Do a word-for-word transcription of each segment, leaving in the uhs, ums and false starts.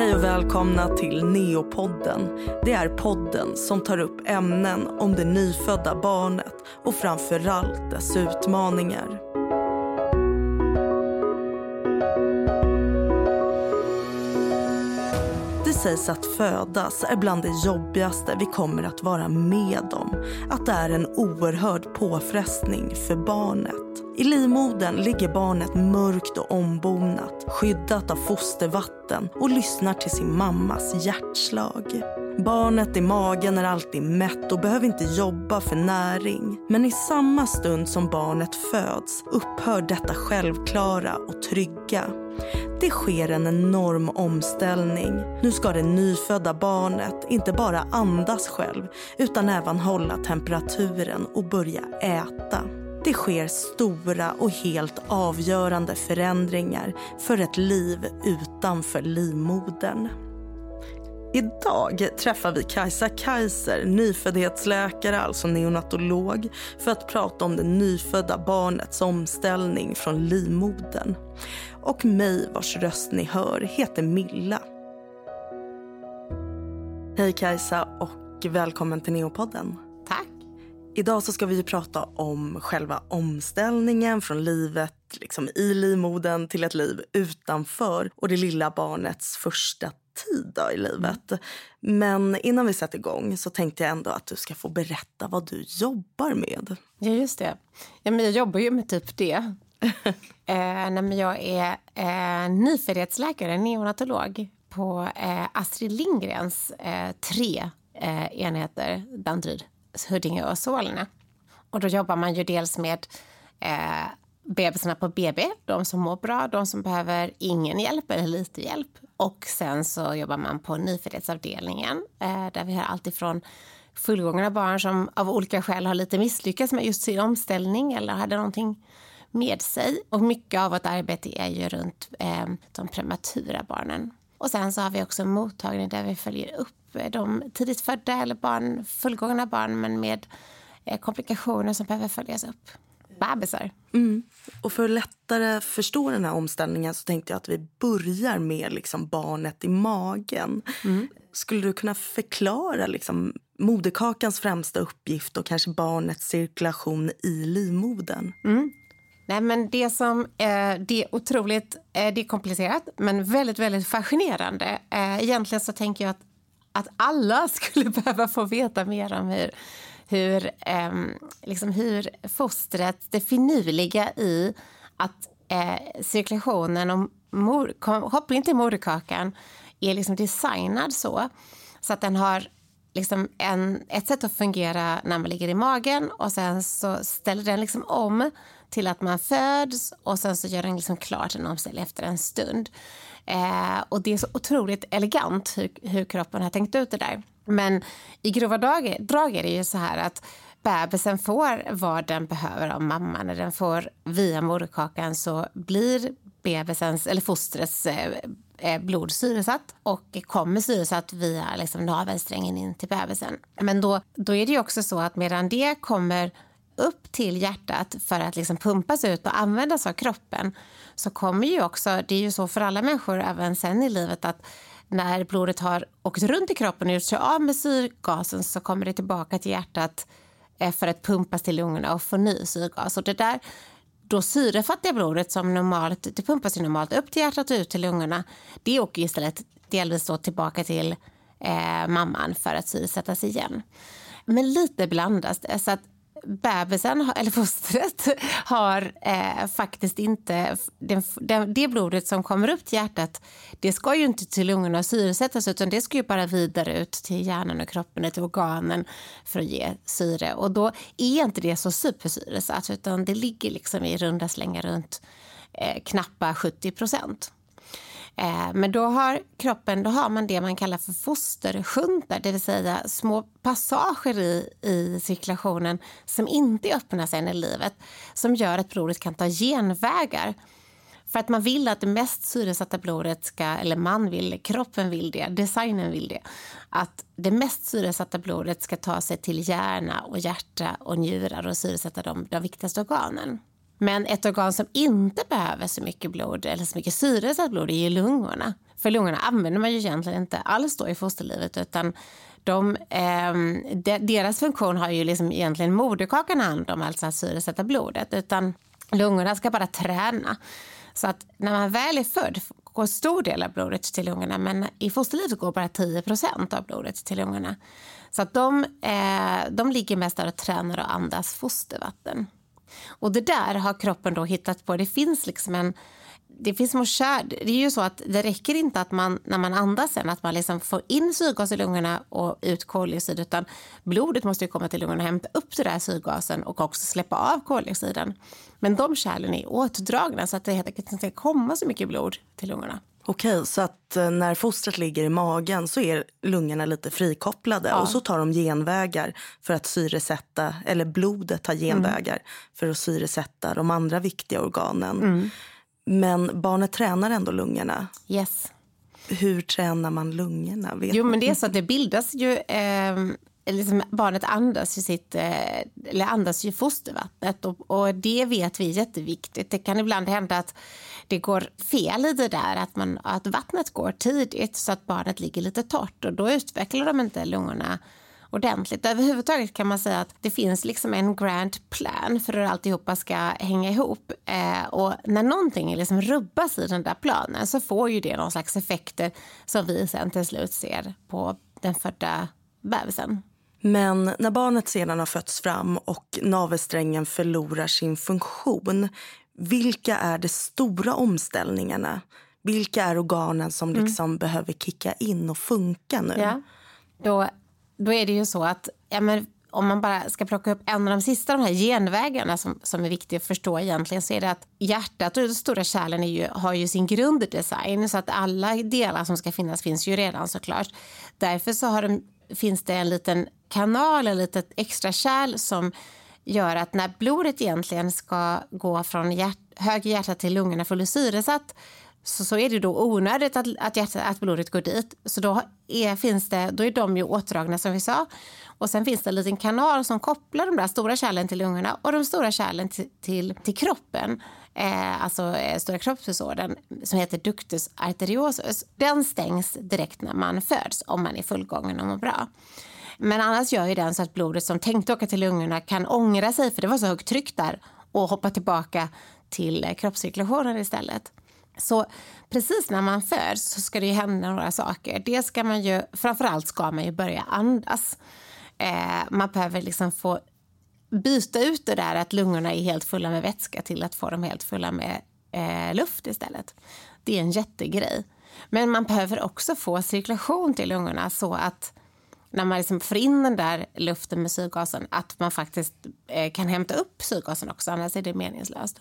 Hej och välkomna till Neopodden. Det är podden som tar upp ämnen om det nyfödda barnet och framförallt dess utmaningar. Det sägs att födas är bland det jobbigaste vi kommer att vara med om. Att det är en oerhörd påfrestning för barnet. I livmodern ligger barnet mörkt och ombonat, skyddat av fostervatten och lyssnar till sin mammas hjärtslag. Barnet i magen är alltid mätt och behöver inte jobba för näring. Men i samma stund som barnet föds upphör detta självklara och trygga. Det sker en enorm omställning. Nu ska det nyfödda barnet inte bara andas själv utan även hålla temperaturen och börja äta. Det sker stora och helt avgörande förändringar för ett liv utanför livmodern. Idag träffar vi Kajsa Kaiser, nyföddhetsläkare, alltså neonatolog, för att prata om det nyfödda barnets omställning från livmodern. Och mig, vars röst ni hör, heter Milla. Hej Kajsa och välkommen till Neopodden. Tack. Idag så ska vi prata om själva omställningen från livet liksom i livmodern till ett liv utanför och det lilla barnets första tid då i livet. Mm. Men innan vi sätter igång så tänkte jag ändå att du ska få berätta vad du jobbar med. Ja, just det. Ja, men jag jobbar ju med typ det. eh, nej, men jag är eh, nyföddhetsläkare, neonatolog på eh, Astrid Lindgrens eh, tre eh, enheter, Danderyd, Huddinge och Solna. Och då jobbar man ju dels med eh, bebisarna på B B, de som mår bra, de som behöver ingen hjälp eller lite hjälp. Och sen så jobbar man på nyföddhetsavdelningen eh, där vi har allt ifrån fullgångna barn som av olika skäl har lite misslyckats med just sin omställning eller hade någonting med sig. Och mycket av vårt arbete är ju runt eh, de prematura barnen. Och sen så har vi också en mottagning där vi följer upp de tidigt födda eller barn, fullgångna barn men med eh, komplikationer som behöver följas upp. Bebisar. Mm. Och för att lättare förstå den här omställningen så tänkte jag att vi börjar med liksom barnet i magen. Mm. Skulle du kunna förklara liksom moderkakans främsta uppgift och kanske barnets cirkulation i livmodern? Mm. Nej, men det som eh, det är otroligt eh, det är komplicerat men väldigt väldigt fascinerande. Eh, egentligen så tänker jag att att alla skulle behöva få veta mer om hur hur eh, liksom hur fostret, det finurliga i att eh, cirkulationen och mor, kopplingen till moderkakan är liksom designad så så att den har liksom en, ett sätt att fungera när man ligger i magen och sen så ställer den liksom om till att man föds och sen så gör den liksom klart en omställning efter en stund. Eh, och det är så otroligt elegant hur, hur kroppen har tänkt ut det där. Men i grova drag, drag är det ju så här att bebisen får vad den behöver av mamman. När den får via moderkakan så blir bebisens eller fostrets eh, blod syresatt och kommer syresatt via liksom, navelsträngen in till bebisen. Men då, då är det ju också så att medan det kommer upp till hjärtat för att liksom pumpas ut och användas av kroppen så kommer ju också, det är ju så för alla människor även sen i livet att när blodet har åkt runt i kroppen och gjort sig av med syrgasen så kommer det tillbaka till hjärtat för att pumpas till lungorna och få ny syrgas. Och det där då syrefattiga blodet som normalt, det pumpas ju normalt upp till hjärtat och ut till lungorna, det åker istället delvis då tillbaka till eh, mamman för att syresättas igen. Men lite blandas det så att bebisen, eller fostret, har eh, faktiskt inte den, den, det blodet som kommer upp till hjärtat, det ska ju inte till lungorna och syresättas utan det ska ju bara vidare ut till hjärnan och kroppen, till organen för att ge syre. Och då är inte det så supersyresatt utan det ligger liksom i runda slängar runt eh, knappa sjuttio procent. Eh, men då har kroppen, då har man det man kallar för fostershuntar, det vill säga små passager i, i cirkulationen som inte öppnar sig i livet, som gör att blodet kan ta genvägar. För att man vill att det mest syresatta blodet ska, eller man vill, kroppen vill det, designen vill det, att det mest syresatta blodet ska ta sig till hjärna och hjärta och njurar och syresätta de, de viktigaste organen. Men ett organ som inte behöver så mycket blod eller så mycket syresatt blod är ju lungorna. För lungorna använder man ju egentligen inte alls då i fosterlivet, utan de, eh, de, deras funktion har ju liksom egentligen moderkakan hand om, alltså att syresätta blodet, utan lungorna ska bara träna. Så att när man väl är född går stor del av blodet till lungorna, men i fosterlivet går bara tio procent av blodet till lungorna. Så att de, eh, de ligger mest där och tränar och andas fostervatten. Och det där har kroppen då hittat på. Det finns liksom en... Det finns små kärl. Det är ju så att det räcker inte att man, när man andas sen, att man liksom får in syrgas i lungorna och ut koldioxid, utan blodet måste ju komma till lungorna och hämta upp den där syrgasen och också släppa av koldioxiden. Men de kärlen är åtdragna så att det helt enkelt inte komma så mycket blod till lungorna. Okej, så att när fostret ligger i magen så är lungorna lite frikopplade, ja. Och så tar de genvägar för att syresätta, eller blodet tar genvägar mm. för att syresätta de andra viktiga organen. Mm. Men barnet tränar ändå lungorna. Yes. Hur tränar man lungorna? Vet jo, men det är så att det bildas ju... Eh, liksom barnet andas ju sitt... Eh, eller andas ju fostervattnet. Och, och det vet vi är jätteviktigt. Det kan ibland hända att det går fel i det där. Att, man, att vattnet går tidigt så att barnet ligger lite torrt. Och då utvecklar de inte lungorna ordentligt. Överhuvudtaget kan man säga att det finns liksom en grand plan för hur alltihopa ska hänga ihop. Eh, och när någonting liksom rubbas i den där planen så får ju det någon slags effekter som vi sen till slut ser på den födda bebisen. Men när barnet sedan har fötts fram och navelsträngen förlorar sin funktion, vilka är de stora omställningarna? Vilka är organen som liksom mm. behöver kicka in och funka nu? Ja, då... Då är det ju så att ja, men om man bara ska plocka upp en av de sista de här genvägarna som, som är viktiga att förstå egentligen, så är det att hjärtat och de stora kärlen är ju, har ju sin grunddesign, så att alla delar som ska finnas finns ju redan såklart. Därför så har de, finns det en liten kanal, en litet extra kärl som gör att när blodet egentligen ska gå från hjärt, höger hjärta till lungorna full syresatt, Så, så är det då onödigt att, att, hjärtat, att blodet går dit. Så då är, finns det, då är de ju åtdragna som vi sa. Och sen finns det en liten kanal som kopplar de där stora kärlen till lungorna och de stora kärlen till, till, till kroppen. Eh, alltså eh, stora kroppspulsådern som heter ductus arteriosus. Den stängs direkt när man föds om man är fullgången och mår bra. Men annars gör ju den så att blodet som tänkte åka till lungorna kan ångra sig, för det var så högt tryck där, och hoppa tillbaka till eh, kroppscirkulationen istället. Så precis när man föds så ska det ju hända några saker. Det ska man ju, framförallt ska man ju börja andas. Eh, man behöver liksom få byta ut det där att lungorna är helt fulla med vätska till att få dem helt fulla med eh, luft istället. Det är en jättegrej. Men man behöver också få cirkulation till lungorna så att när man liksom får in den där luften med syrgasen, att man faktiskt eh, kan hämta upp syrgasen också, annars är det meningslöst.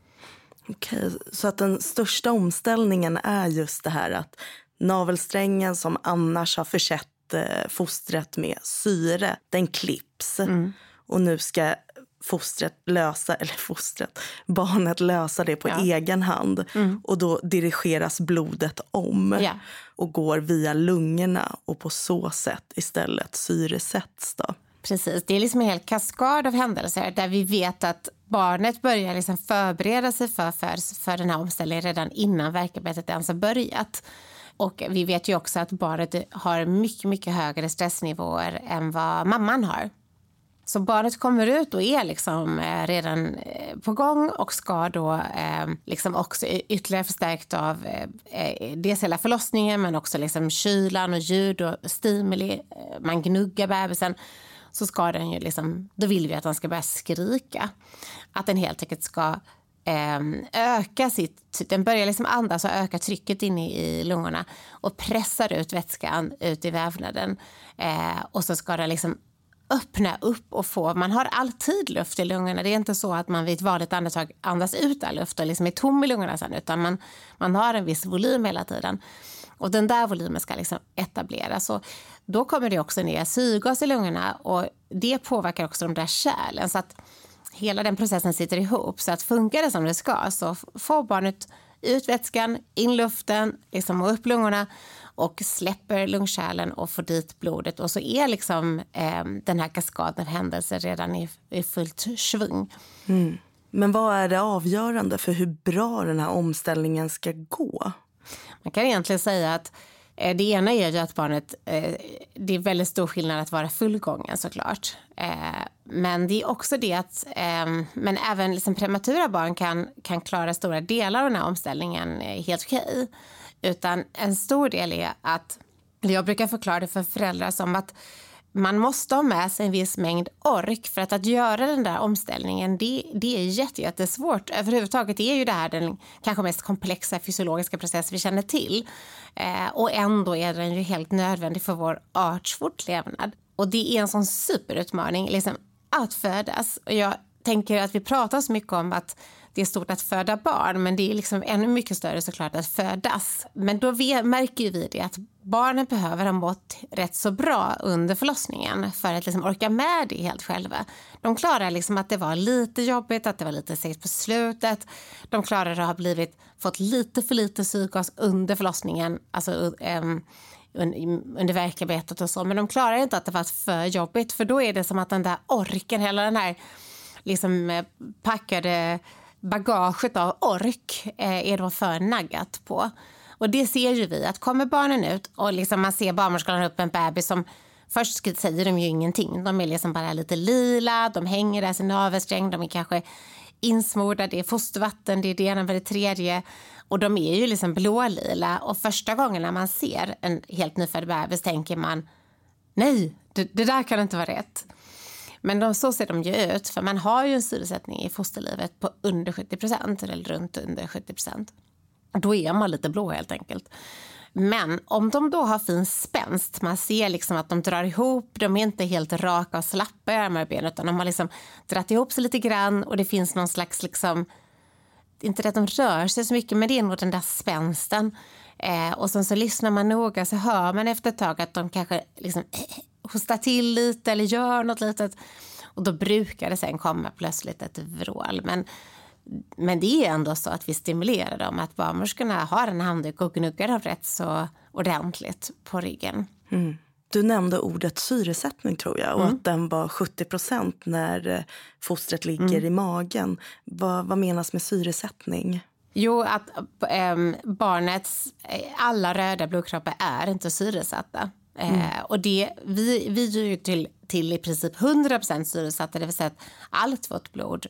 Okej, så att den största omställningen är just det här att navelsträngen som annars har försett eh, fostret med syre, den klipps. Mm. Och nu ska fostret lösa, eller fostret, barnet lösa det på ja. egen hand. Mm. Och då dirigeras blodet om ja. och går via lungorna, och på så sätt istället syresätts då. Precis, det är liksom en hel kaskad av händelser där vi vet att barnet börjar liksom förbereda sig för, för, för den här omställningen redan innan värkarbetet ens har börjat. Och vi vet ju också att barnet har mycket, mycket högre stressnivåer än vad mamman har. Så barnet kommer ut och är liksom redan på gång och ska då eh, liksom också ytterligare förstärkt av eh, dels hela förlossningen, men också liksom kylan och ljud och stimuli. Man gnuggar bebisen. Så ska den ju liksom, då vill vi att den ska börja skrika. Att den helt enkelt ska eh, öka sitt, den börjar liksom andas och öka trycket inne i lungorna och pressar ut vätskan ut i vävnaden. Eh, och så ska den liksom öppna upp och få, man har alltid luft i lungorna. Det är inte så att man vid ett vanligt andetag andas ut all luft och liksom är tom i lungorna sen, utan man, man har en viss volym hela tiden. Och den där volymen ska liksom etableras. Så då kommer det också ner syrgas i lungorna, och det påverkar också de där kärlen. Så att hela den processen sitter ihop. Så att funkar det som det ska, så får barnet ut vätskan, in luften liksom, och upp lungorna, och släpper lungkärlen och får dit blodet. Och så är liksom eh, den här kaskaden av händelser redan i, i fullt svung. Mm. Men vad är det avgörande för hur bra den här omställningen ska gå? Man kan egentligen säga att eh, det ena är ju att barnet, eh, det är väldigt stor skillnad att vara fullgången såklart. Eh, men det är också det att, eh, men även liksom prematura barn kan, kan klara stora delar av den här omställningen eh, helt okej. Utan en stor del är att, jag brukar förklara det för föräldrar som att man måste ha med sig en viss mängd ork för att, att göra den där omställningen. Det, det är jätte, jättesvårt. Överhuvudtaget är ju det här den kanske mest komplexa fysiologiska process vi känner till. Eh, och ändå är den ju helt nödvändig för vår arts fortlevnad. Och det är en sån superutmaning liksom, att födas. Och jag tänker att vi pratar så mycket om att det är stort att föda barn, men det är liksom ännu mycket större såklart att födas. Men då vi, märker vi det att barnen behöver ha mått rätt så bra under förlossningen för att liksom orka med det helt själva. De klarar liksom att det var lite jobbigt, att det var lite segt på slutet. De klarar att ha blivit, fått lite för lite syrgas under förlossningen, alltså um, under verkarbetet och så. Men de klarar inte att det var för jobbigt, för då är det som att den där orken, hela den här liksom packade bagaget av ork är då för naggat på. Och det ser ju vi, att kommer barnen ut och liksom man ser barnmorskan upp en bebis som först säger de ju ingenting. De är liksom bara lite lila, de hänger där sin navelsträng, de är kanske insmorda, det är fostervatten, det är det ena med det tredje. Och de är ju liksom blålila. Och första gången när man ser en helt nyfödd bebis tänker man, nej, det, det där kan inte vara rätt. Men de, så ser de ju ut, för man har ju en syresättning i fosterlivet på under sjuttio procent eller runt under sjuttio procent. Då är man lite blå helt enkelt. Men om de då har fin spänst, man ser liksom att de drar ihop, de är inte helt raka och slappa i armar och ben, utan de har liksom dratt ihop sig lite grann och det finns någon slags liksom, inte att de rör sig så mycket, men det är nog den där spänsten. Eh, och sen så lyssnar man noga, så hör man efter ett tag att de kanske liksom hostar till lite eller gör något litet. Och då brukar det sen komma plötsligt ett vrål. Men, men det är ändå så att vi stimulerar dem, att barnmorskorna har en handduk och gnuggar dem rätt så ordentligt på ryggen. Mm. Du nämnde ordet syresättning tror jag, och mm. att den var sjuttio procent när fostret ligger mm. i magen. Va, vad menas med syresättning? Jo, att äh, barnets alla röda blodkroppar är inte syresatta. Mm. Eh, och det, vi, vi är ju till, till i princip hundra procent syresatta, det vill säga att allt vårt blod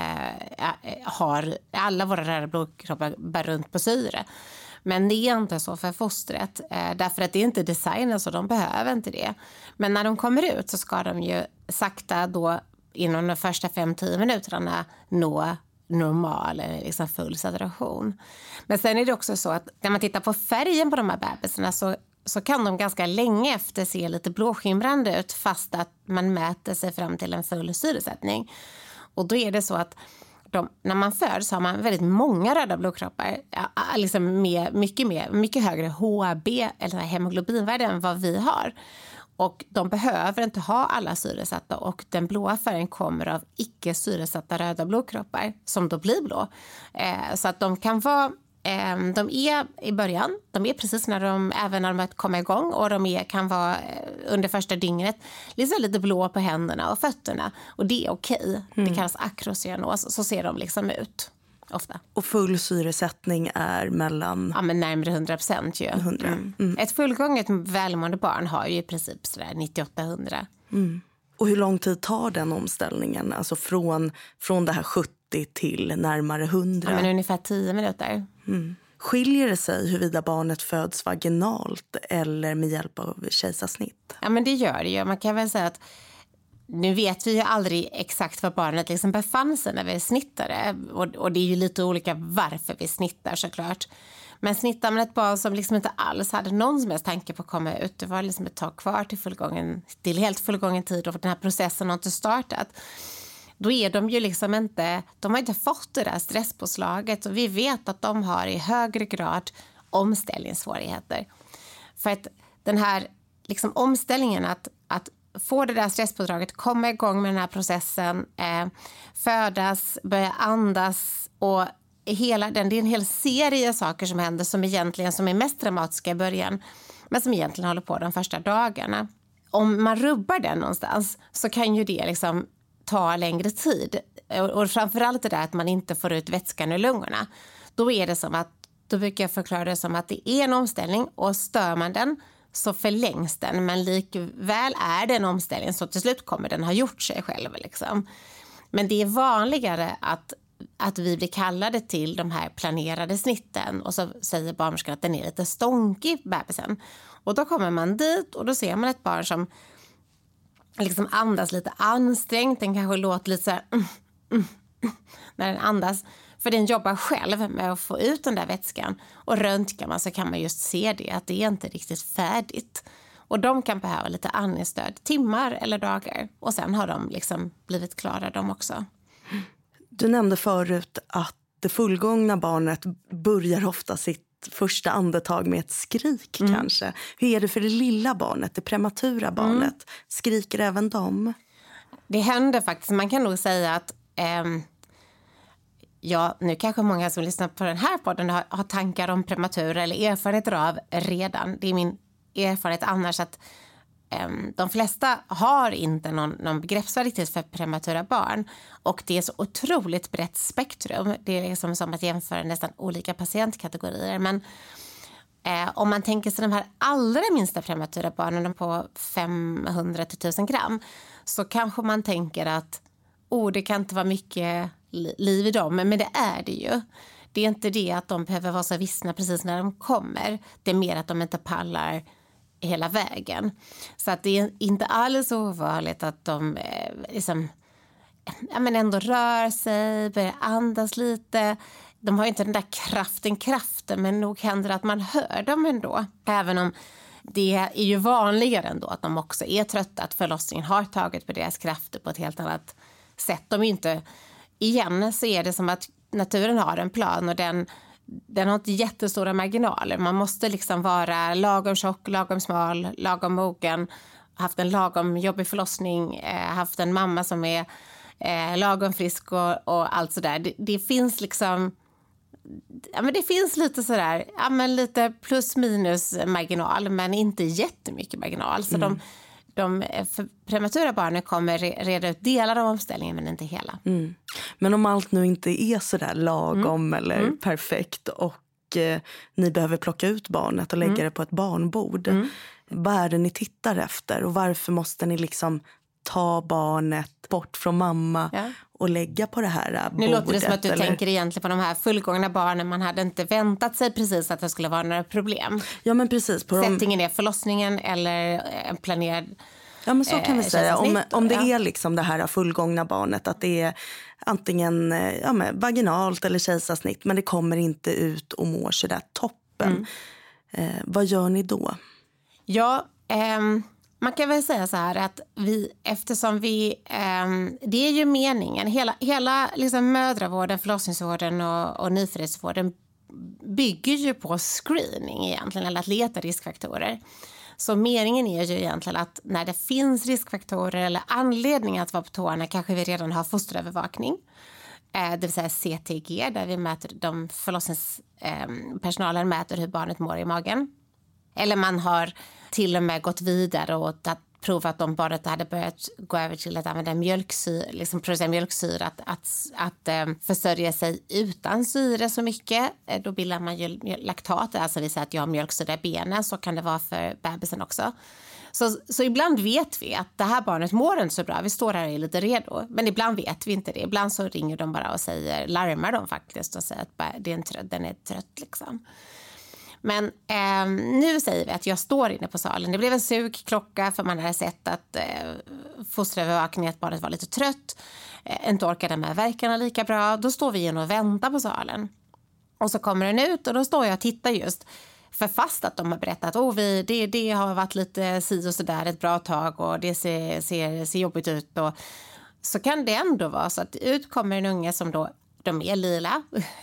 eh, har, alla våra röda blodkroppar bär runt på syre. Men det är inte så för fostret, eh, därför att det är inte designen, så de behöver inte det. Men när de kommer ut så ska de ju sakta då inom de första fem till tio minuterna nå normal eller liksom full saturation. Men sen är det också så att när man tittar på färgen på de här bebisarna så så kan de ganska länge efter se lite blåskimrande ut, fast att man mäter sig fram till en full syresättning. Och då är det så att de, när man föds har man väldigt många röda blodkroppar, liksom med, mycket, mer, mycket högre H B eller hemoglobinvärde än vad vi har. Och de behöver inte ha alla syresatta, och den blåa färgen kommer av icke syresatta röda blodkroppar som då blir blå. Eh, så att de kan vara De är i början, de är precis när de, även när de kommer igång, och de är, kan vara under första dygnet liksom lite blå på händerna och fötterna, och det är okej. Mm. Det kallas akrocyanos, så ser de liksom ut ofta. Och full syresättning är mellan? Ja, men närmare hundra procent ju. hundra. Mm. Mm. Ett fullgånget välmående barn har ju i princip sådär nittioåtta hundra. Mm. Och hur lång tid tar den omställningen? Alltså från, från det här sjuttio till närmare hundra? Ja, men ungefär tio minuter. Mm. Skiljer det sig huruvida barnet föds vaginalt eller med hjälp av kejsarsnitt? Ja, men det gör det ju. Man kan väl säga att nu vet vi ju aldrig exakt var barnet liksom befann sig när vi snittade. Och, och det är ju lite olika varför vi snittar såklart. Men snittar man ett barn som liksom inte alls hade någon som helst tanke på att komma ut, det var liksom ett tag kvar till fullgången, till helt fullgången tid, och den här processen har inte startat. Då är de ju liksom inte, de har inte fått det där stresspåslaget, och vi vet att de har i högre grad omställningssvårigheter. För att den här liksom omställningen, att, att få det där stresspådraget, komma igång med den här processen, eh, födas, börja andas, och hela den, det är en hel serie saker som händer som egentligen som är mest dramatiska i början, men som egentligen håller på de första dagarna. Om man rubbar den någonstans så kan ju det liksom ta längre tid, och framförallt det där att man inte får ut vätskan ur lungorna. Då är det som att Då brukar jag förklara det som att det är en omställning och stör man den så förlängs den. Men likväl är det en omställning så till slut kommer den ha gjort sig själv. Liksom. Men det är vanligare att, att vi blir kallade till de här planerade snitten och så säger barnmorskan att den är lite stånkig, bebisen. Och då kommer man dit och då ser man ett barn som liksom andas lite ansträngt. Den kanske låter lite så här mm, mm, mm, när den andas. För den jobbar själv med att få ut den där vätskan. Och röntgar man så kan man just se det, att det är inte riktigt färdigt. Och de kan behöva lite andningsstöd, timmar eller dagar. Och sen har de liksom blivit klara de också. Du nämnde förut att det fullgångna barnet börjar ofta sitt första andetag med ett skrik mm. kanske. Hur är det för det lilla barnet, det prematura barnet? Mm. Skriker även de? Det händer faktiskt. Man kan nog säga att... Ehm, Ja, nu kanske många som lyssnar på den här podden har, har tankar om prematura eller erfarenheter av redan. Det är min erfarenhet annars att um, de flesta har inte någon, någon begreppsvärdighet för prematura barn. Och det är så otroligt brett spektrum. Det är liksom som att jämföra nästan olika patientkategorier. Men eh, om man tänker sig de här allra minsta prematura barnen på femhundra till tusen gram så kanske man tänker att oh, det kan inte vara mycket liv i dem, men det är det ju. Det är inte det att de behöver vara så vissna precis när de kommer. Det är mer att de inte pallar hela vägen. Så att det är inte alls ovanligt att de eh, liksom, ja, men ändå rör sig, börjar andas lite. De har inte den där kraften, kraften, men nog händer det att man hör dem ändå. Även om det är ju vanligare ändå att de också är trötta, att förlossningen har tagit på deras krafter på ett helt annat sätt. De är inte... Igen så är det som att naturen har en plan och den, den har inte jättestora marginaler. Man måste liksom vara lagom tjock, lagom smal, lagom mogen, haft en lagom jobbig förlossning, eh, haft en mamma som är eh, lagom frisk och, och allt sådär. Det, det finns liksom, ja men det finns lite sådär, ja men lite plus minus marginal men inte jättemycket marginal. Så mm. de De prematura barnen kommer reda ut delar av omställningen men inte hela. Mm. Men om allt nu inte är så där lagom mm. eller mm. perfekt och eh, ni behöver plocka ut barnet och lägga mm. det på ett barnbord. Mm. Vad är det ni tittar efter och varför måste ni liksom ta barnet bort från mamma ja. och lägga på det här bordet? Nu låter det som att du eller? tänker egentligen på de här fullgångna barnen. Man hade inte väntat sig precis att det skulle vara några problem. Ja, men precis. På Sättningen de... är förlossningen eller en planerad... Ja, men så kan vi eh, säga. Om, om det ja. är liksom det här fullgångna barnet, att det är antingen ja, men vaginalt eller kejsarsnitt, men det kommer inte ut och mår så där toppen. Mm. Eh, vad gör ni då? Ja, ehm... man kan väl säga så här att vi, eftersom vi, eh, det är ju meningen, hela, hela liksom mödravården, förlossningsvården och, och nyföddhetsvården bygger ju på screening egentligen, eller att leta riskfaktorer. Så meningen är ju egentligen att när det finns riskfaktorer eller anledning att vara på tårna kanske vi redan har fosterövervakning. Eh, det vill säga C T G där vi mäter, de förlossningspersonalen eh, mäter hur barnet mår i magen. Eller man har till och med gått vidare och provat om barnet hade börjat gå över till att använda mjölksyra, liksom producera mjölksyra, att, att, att ähm, försörja sig utan syre så mycket. Då bildar man ju laktat, alltså vi säger att jag har mjölksyra i benen, så kan det vara för bebisen också. Så, så ibland vet vi att det här barnet mår inte så bra, vi står här och är lite redo, men ibland vet vi inte det. Ibland så ringer de bara och säger, larmar de faktiskt och säger att det är en trött, den är trött liksom. Men eh, nu säger vi att jag står inne på salen. Det blev en sugklocka för man hade sett att eh, fosterövervakningen, att barnet var lite trött. Eh, inte orkade med verkarna lika bra. Då står vi in och väntar på salen. Och så kommer den ut och då står jag och tittar just. För fast att de har berättat att oh, vi, det, det har varit lite si och så där ett bra tag och det ser, ser, ser jobbigt ut. Och, så kan det ändå vara så att ut kommer en unge som då de är lila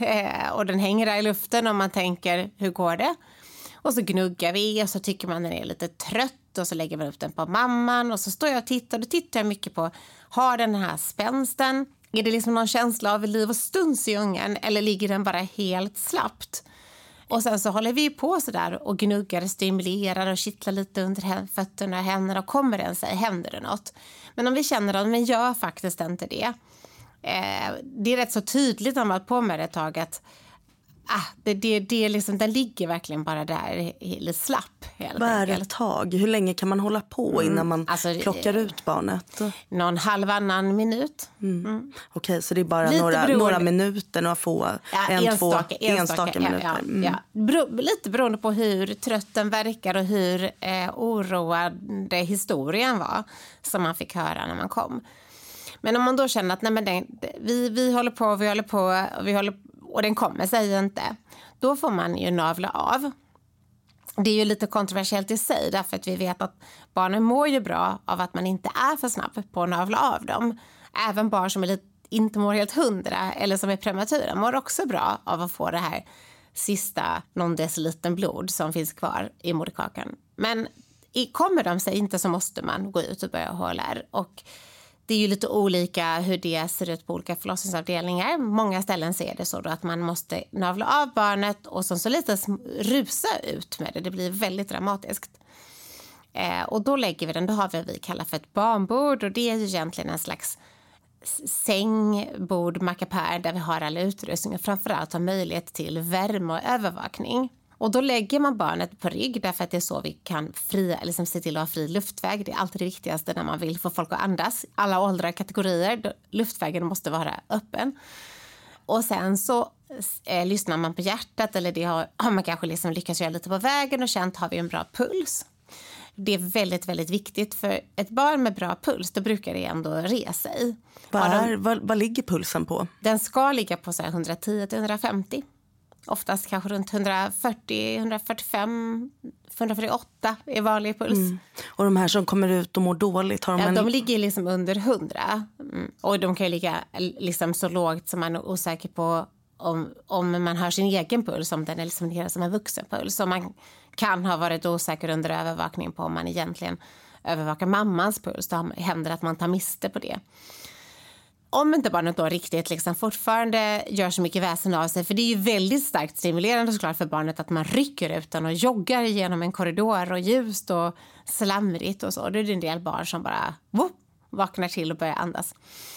och den hänger där i luften och man tänker, hur går det? Och så gnuggar vi och så tycker man den är lite trött och så lägger man upp den på mamman och så står jag och tittar och tittar jag mycket på, har den här spänsten? Är det liksom någon känsla av liv och stuns i ungen eller ligger den bara helt slappt? Och sen så håller vi på så där och gnuggar, stimulerar och kittlar lite under fötterna och händerna och kommer den sig, händer det något? Men om vi känner att men gör faktiskt inte det. Eh, det är rätt så tydligt om man har på med det ett tag att ah, det, det, det liksom, den ligger verkligen bara där lite slapp. Vad är ett tag? Hur länge kan man hålla på mm. innan man alltså, klockar ut barnet? Någon halvannan minut. Mm. Mm. Okej, så det är bara några, några minuter, några få, ja, en, enstaka, två, enstaka, enstaka minuter. Ja, mm. ja. Bero, lite beroende på hur trött den verkar och hur eh, oroande historien var som man fick höra när man kom. Men om man då känner att nej, men den, vi, vi håller på, vi håller på och, vi håller, och den kommer sig inte, då får man ju navla av. Det är ju lite kontroversiellt i sig därför att vi vet att barnen mår ju bra av att man inte är för snabb på att navla av dem. Även barn som är lite, inte mår helt hundra eller som är prematura mår också bra av att få det här sista någon deciliten blod som finns kvar i moderkakan. Men kommer de sig inte så måste man gå ut och börja hålla R. Och det är ju lite olika hur det ser ut på olika förlossningsavdelningar. Många ställen ser det så då att man måste navla av barnet och så, så lite rusa ut med det. Det blir väldigt dramatiskt. Eh, och då lägger vi den, då har vi vad vi kallar för ett barnbord. Och det är ju egentligen en slags säng, bord, mackapär där vi har alla utrustning och framförallt har möjlighet till värme och övervakning. Och då lägger man barnet på rygg därför att det är så vi kan fria, liksom se till att ha fri luftväg. Det är alltid det viktigaste när man vill få folk att andas. Alla åldrar, kategorier, luftvägen måste vara öppen. Och sen så eh, lyssnar man på hjärtat eller det har, har man kanske liksom lyckats göra lite på vägen och känt har vi en bra puls. Det är väldigt, väldigt viktigt för ett barn med bra puls, då brukar det ändå resa sig. Vad, är, vad, vad ligger pulsen på? Den ska ligga på så här hundratio till hundrafemtio. Oftast kanske runt hundrafyrtio, hundrafyrtiofem, hundrafyrtioåtta är vanlig puls. Mm. Och de här som kommer ut och mår dåligt? Har de, ja, en... de ligger liksom under hundra. Mm. Och de kan ju ligga liksom så lågt som man är osäker på om, om man hör sin egen puls, om den är liksom som en vuxenpuls. Så man kan ha varit osäker under övervakning på om man egentligen övervakar mammans puls. Då händer det att man tar miste på det. Om inte barnet då riktigt liksom fortfarande gör så mycket väsen av sig, för det är ju väldigt starkt stimulerande såklart för barnet att man rycker ut den och joggar genom en korridor och ljust och slamrigt och så. Då är det en del barn som bara whoop, vaknar till och börjar andas.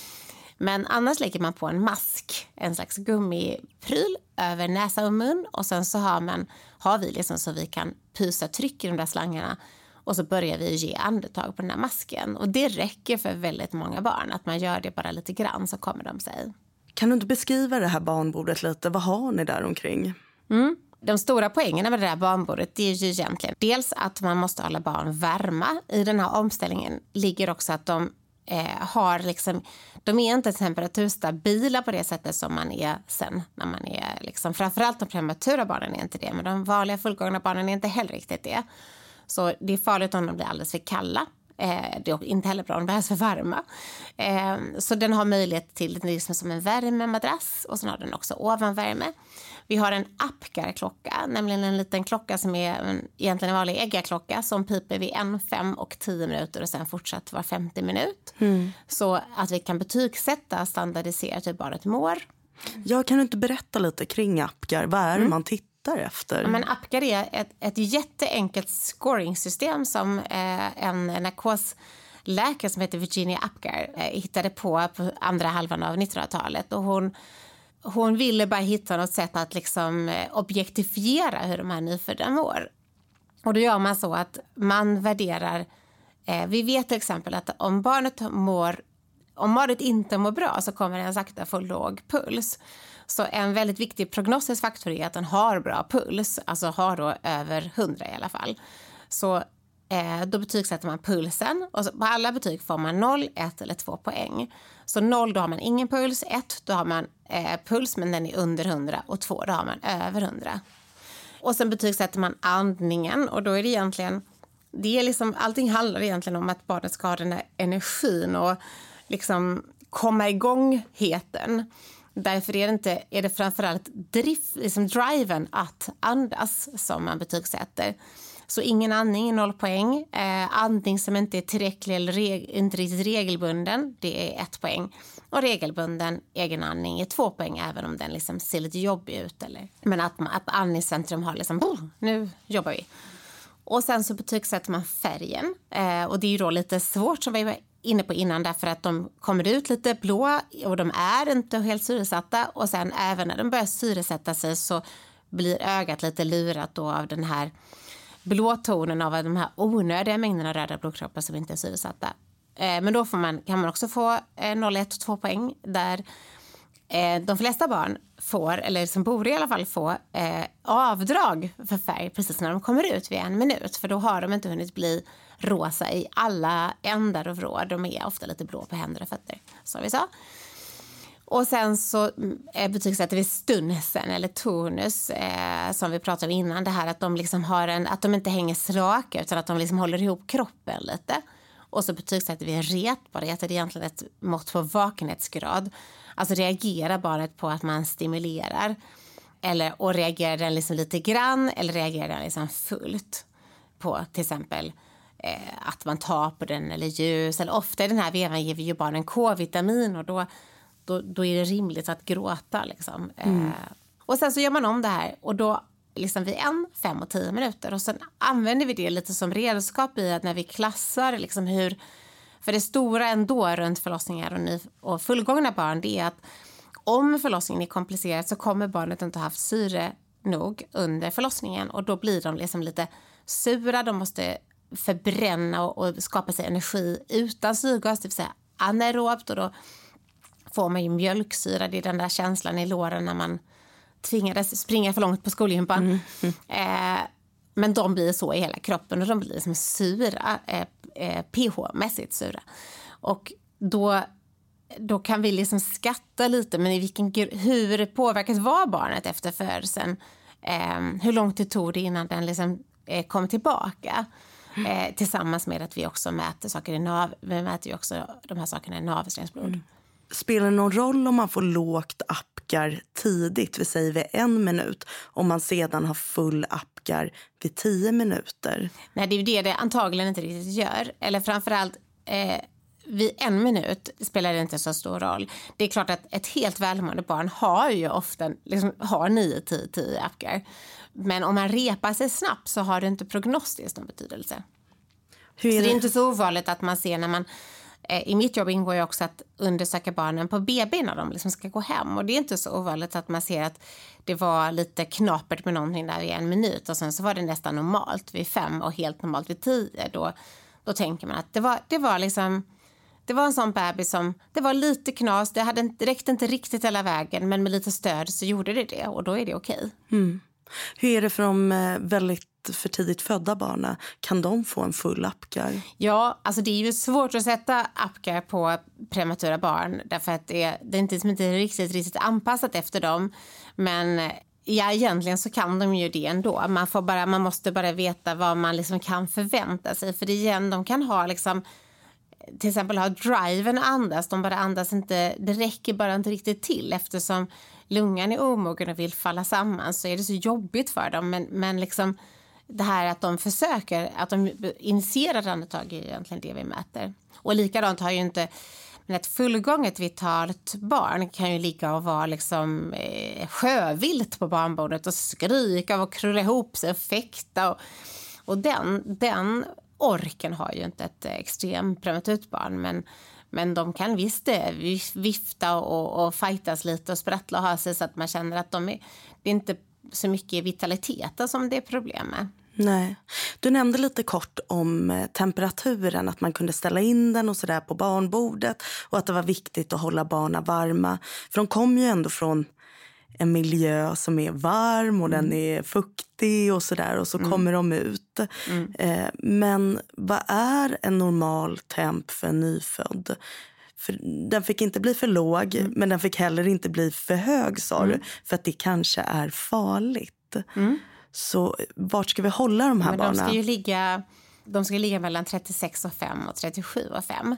Men annars lägger man på en mask, en slags gummipryl över näsa och mun och sen så har, man, har vi liksom så vi kan pysa tryck i de där slangarna. Och så börjar vi ge andetag på den här masken. Och det räcker för väldigt många barn. Att man gör det bara lite grann så kommer de sig. Kan du inte beskriva det här barnbordet lite? Vad har ni där omkring? Mm. De stora poängerna med det här barnbordet det är ju egentligen dels att man måste hålla barn varma. I den här omställningen ligger också att de eh, har liksom, de är inte temperaturstabila på det sättet som man är sen när man är liksom, framförallt de prematura barnen är inte det. Men de vanliga fullgångna barnen är inte heller riktigt det. Så det är farligt om de blir alldeles för kalla. Eh, det är inte heller bra om de blir för varma. Eh, så den har möjlighet till liksom som en värmemadrass. Och sen har den också ovanvärme. Vi har en Apgar-klocka. Nämligen en liten klocka som är en, egentligen en vanlig äggaklocka. Som piper vid en, fem och tio minuter. Och sen fortsatt var femtio minut. Mm. Så att vi kan betygsätta standardiserat hur barnet mår. Jag kan inte berätta lite kring Apgar. Vad är det mm. man tittar efter? Ja, men Apgar är ett, ett jätteenkelt scoringsystem som eh, en narkosläkare som heter Virginia Apgar eh, hittade på på andra halvan av nittonhundratalet. Och hon, hon ville bara hitta något sätt att liksom eh, objektifiera hur de här nyfödda mår. Och då gör man så att man värderar, eh, vi vet till exempel att om barnet mår, om barnet inte mår bra så kommer den sakta få låg puls. Så en väldigt viktig prognostisk faktor är att den har bra puls, alltså har då över hundra i alla fall. Så eh, då betygsätter man pulsen och så på alla betyg får man noll, ett eller två poäng. Så noll då har man ingen puls, ett då har man eh, puls men den är under hundra och två då har man över hundra. Och sen betygsätter man andningen och då är det egentligen, det är liksom, allting handlar egentligen om att barnet ska ha den här energin och liksom komma igångheten. Därför är det, inte, är det framförallt drift, liksom driven att andas som man betygsätter. Så ingen andning är noll poäng. Eh, andning som inte är tillräcklig eller reg, inte riktigt regelbunden, det är ett poäng. Och regelbunden egenandning är två poäng även om den liksom ser lite jobbig ut. Eller, men att, att andningscentrum har liksom, oh, nu jobbar vi. Och sen så betygsätter man färgen. Eh, och det är ju då lite svårt som vi var inne på innan, därför att de kommer ut lite blå och de är inte helt syresatta, och sen även när de börjar syresätta sig så blir ögat lite lurat då av den här blåtonen av de här onödiga mängderna röda blodkroppar som inte är syresatta. Eh, men då får man, kan man också få eh, noll, ett och två poäng där eh, de flesta barn får, eller som borde i alla fall få, eh, avdrag för färg precis när de kommer ut vid en minut. För då har de inte hunnit bli rosa i alla ändar och vrår. De är ofta lite blå på händer och fötter, som vi sa. Och sen så betygsätter vi stunsen eller tonus eh, som vi pratade om innan. Det här att de liksom har en, att de inte hänger slaka utan att de liksom håller ihop kroppen lite. Och så betygsätter vi retbarhet. Det är egentligen ett mått på vakenhetsgrad. Alltså reagerar barnet på att man stimulerar. Eller, och reagerar den liksom lite grann eller reagerar den liksom fullt på till exempel eh, att man tar på den eller ljus. Eller ofta i den här vevan ger vi ju barnen K-vitamin och då Då, då är det rimligt att gråta. Liksom. Mm. Eh, och sen så gör man om det här. Och då liksom vid en, fem och tio minuter. Och sen använder vi det lite som redskap i att när vi klassar liksom hur... För det stora ändå runt förlossningar och, ny, och fullgångna barn, det är att om förlossningen är komplicerad så kommer barnet inte ha haft syre nog under förlossningen. Och då blir de liksom lite sura. De måste förbränna och, och skapa sig energi utan syrgas, det vill säga anaerobt. Och då får man ju mjölksyra, det är den där känslan i låren när man tvingades springa för långt på skolgympan. Mm. Mm. Eh, men de blir så i hela kroppen och de blir som sura, eh, eh, pH-mässigt sura. Och då, då kan vi liksom skatta lite, men i vilken, hur påverkat var barnet efter födelsen? Eh, hur långt det tog det innan den liksom, eh, kom tillbaka? Eh, tillsammans med att vi också mäter saker i nav. Vi mäter ju också de här sakerna i navelsträngsblod. Mm. Spelar det någon roll om man får lågt apgar tidigt, vi säger vid en minut, om man sedan har full apgar vid tio minuter? Nej, det är ju det det antagligen inte riktigt gör. Eller framförallt eh, vid en minut spelar det inte så stor roll. Det är klart att ett helt välmående barn har ju ofta liksom, har nio till tio apgar. Men om man repar sig snabbt så har det inte prognostiskt någon betydelse. Hur är det? Så det är inte så ovanligt att man ser när man... I mitt jobb ingår ju också att undersöka barnen på B B när de liksom ska gå hem. Och det är inte så ovanligt att man ser att det var lite knapert med någonting där i en minut. Och sen så var det nästan normalt vid fem och helt normalt vid tio. Då, då tänker man att det var, det var liksom... Det var en sån bebis som... Det var lite knas, det hade inte, räckte inte riktigt hela vägen. Men med lite stöd så gjorde det det och då är det okej. Mm. Hur är det för de väldigt för tidigt födda barnen? Kan de få en full apgar? Ja, alltså det är ju svårt att sätta apgar på prematura barn. Därför att det är, det är inte, inte riktigt, riktigt anpassat efter dem. Men ja, egentligen så kan de ju det ändå. Man, får bara, man måste bara veta vad man liksom kan förvänta sig. För det igen, de kan ha liksom... Till exempel ha driven och andas. De bara andas inte, det räcker bara inte riktigt till eftersom lungan är omogen och vill falla samman, så är det så jobbigt för dem. Men, men liksom det här att de försöker, att de initierar andetag är egentligen det vi mäter. Och likadant har ju inte, men ett fullgånget vitalt barn kan ju ligga och vara liksom eh, sjövilt på barnbordet och skrika och krulla ihop sig och fäkta. Och, och den, den orken har ju inte ett extremt prematurt barn, men Men de kan visst vifta och, och fightas lite och sprattla och ha sig så att man känner att de är, det är inte så mycket vitaliteten som det är problem med. Nej. Du nämnde lite kort om temperaturen, att man kunde ställa in den och så där på barnbordet och att det var viktigt att hålla barnen varma. För de kommer ju ändå från en miljö som är varm och mm. den är fuktig och sådär och så mm. kommer de ut. Mm. Eh, men vad är en normal temp för en nyfödd? För den fick inte bli för låg mm. men den fick heller inte bli för hög, sa mm. du, för att det kanske är farligt. Mm. Så vart ska vi hålla de här men barnen? De ska ju ligga, de ska ligga mellan trettiosex och fem och trettiosju och fem.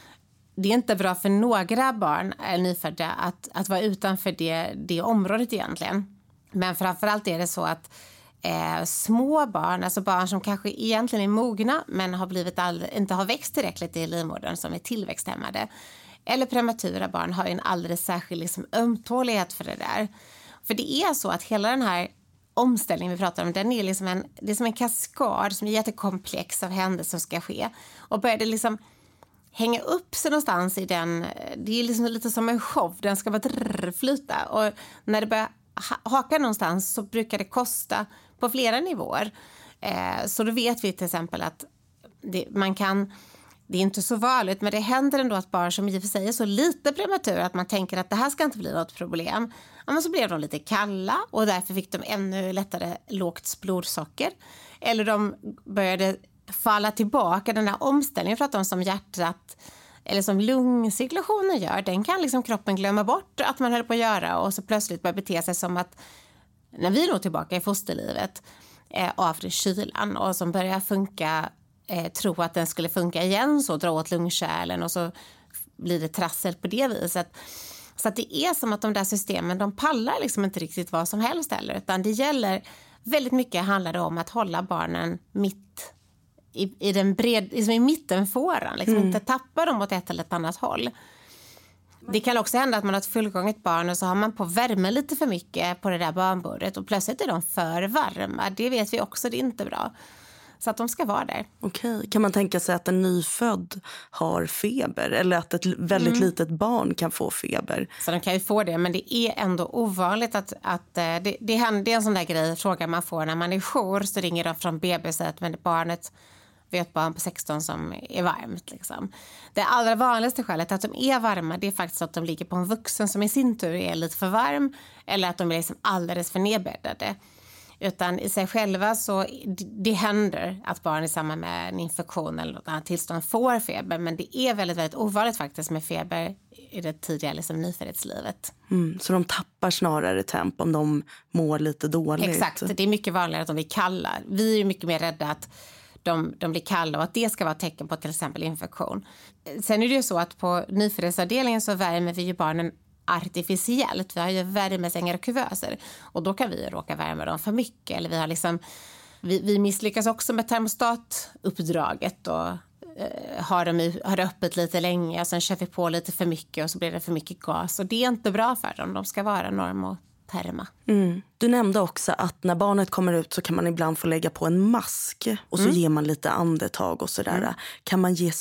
Det är inte bra för några barn eller nyfödda att, att vara utanför det, det området egentligen. Men framförallt är det så att eh, små barn, alltså barn som kanske egentligen är mogna men har blivit all, inte har växt tillräckligt i livmodern, som är tillväxthämmade, eller prematura barn, har ju en alldeles särskild liksom, ömtålighet för det där. För det är så att hela den här omställningen vi pratar om, den är liksom en, det är som en kaskad som är jättekomplex av händelser som ska ske. Och börjar det liksom hänga upp sig någonstans i den. Det är liksom lite som en show. Den ska bara drrr, flyta. Och när det börjar haka någonstans så brukar det kosta på flera nivåer. Eh, så då vet vi till exempel att det, man kan... Det är inte så vanligt, men det händer ändå att barn som i och för sig är så lite prematura att man tänker att det här ska inte bli något problem. Ja, men så blev de lite kalla och därför fick de ännu lättare lågt blodsocker. Eller de började falla tillbaka, den här omställningen för att de som hjärtat eller som lungcirkulationen gör, den kan liksom kroppen glömma bort att man höll på att göra och så plötsligt börjar bete sig som att när vi är nog tillbaka i fosterlivet eh, av kylan och som börjar funka, eh, tro att den skulle funka igen, så dra åt lungkärlen och så blir det trassel på det viset. Så att det är som att de där systemen, de pallar liksom inte riktigt vad som helst heller, utan det gäller väldigt mycket handlar det om att hålla barnen mitt i, i den bred, liksom i mittenfåran, liksom mm. inte tappa dem åt ett eller ett annat håll. Det kan också hända att man har ett fullgånget barn och så har man på värme lite för mycket på det där barnbordet och plötsligt är de för varma. Det vet vi också, det är inte bra. Så att de ska vara där. Okej. Kan man tänka sig att en nyfödd har feber eller att ett väldigt mm. litet barn kan få feber? Så de kan ju få det, men det är ändå ovanligt att, att det, det händer en sån där grej, fråga man får när man är jour, så ringer de från B B C men barnet vi har ett barn på sexton som är varmt. Liksom. Det allra vanligaste skälet att de är varma, det är faktiskt att de ligger på en vuxen som i sin tur är lite för varm eller att de är liksom alldeles för nedbäddade. Utan i sig själva så det händer att barn i samband med en infektion eller något annat tillstånd får feber. Men det är väldigt, väldigt ovanligt faktiskt med feber i det tidiga liksom, nyföddhetslivet. Mm, så de tappar snarare temp om de mår lite dåligt? Exakt, det är mycket vanligare att de blir kalla. Vi är mycket mer rädda att de, de blir kalla och att det ska vara tecken på till exempel infektion. Sen är det ju så att på nyföddhetsavdelningen så värmer vi ju barnen artificiellt. Vi har ju värmesängar och kuvöser och då kan vi råka värma dem för mycket. Eller vi, har liksom, vi, vi misslyckas också med termostatuppdraget och eh, har, dem, har det öppet lite länge och sen kör vi på lite för mycket och så blir det för mycket gas. Och det är inte bra för dem. De ska vara norm och terma. Mm. Du nämnde också att när barnet kommer ut så kan man ibland få lägga på en mask och så mm. ger man lite andetag och sådär. Mm. Kan man ge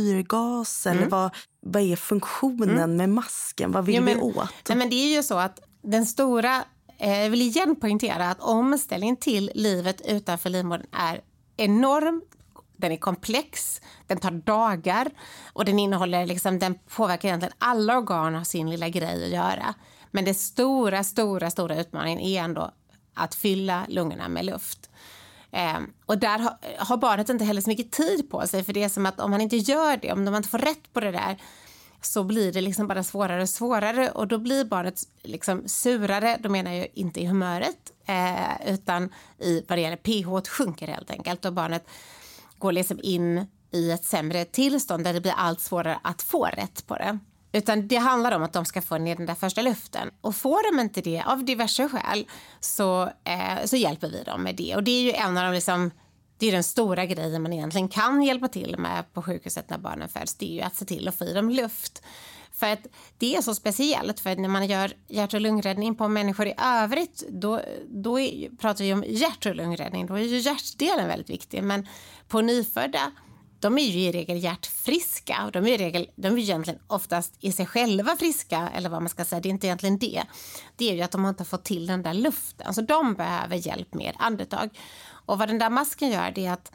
syrgas eller mm. vad, vad är funktionen mm. med masken? Vad vill ja, men, vi åt? Nej, men det är ju så att den stora, eh, jag vill igen poängtera att omställningen till livet utanför livmodern är enorm. Den är komplex, den tar dagar och den innehåller liksom, den påverkar egentligen alla organ och sin lilla grej att göra. Men det stora, stora, stora utmaningen är ändå att fylla lungorna med luft. Eh, och där har, har barnet inte heller så mycket tid på sig. För det är som att om man inte gör det, om man inte får rätt på det där, så blir det liksom bara svårare och svårare. Och då blir barnet liksom surare, då menar jag inte i humöret, eh, utan i vad det gäller pH sjunker helt enkelt. Och barnet går liksom in i ett sämre tillstånd där det blir allt svårare att få rätt på det. Utan det handlar om att de ska få ner den där första luften. Och får de inte det av diverse skäl så, eh, så hjälper vi dem med det. Och det är ju en av de liksom, det är den stora grejen man egentligen kan hjälpa till med på sjukhuset när barnen föds. Det är ju att se till att få i dem luft. För att det är så speciellt, för när man gör hjärt- och lungräddning på människor i övrigt, då, då är, pratar vi om hjärt- och lungräddning. Då är ju hjärtdelen väldigt viktig. Men på nyfödda, de är ju i regel hjärtfriska och de är i regel, de är egentligen oftast i sig själva friska, eller vad man ska säga, det är inte egentligen det. Det är ju att de har inte fått till den där luften, så de behöver hjälp med andetag. Och vad den där masken gör, det är att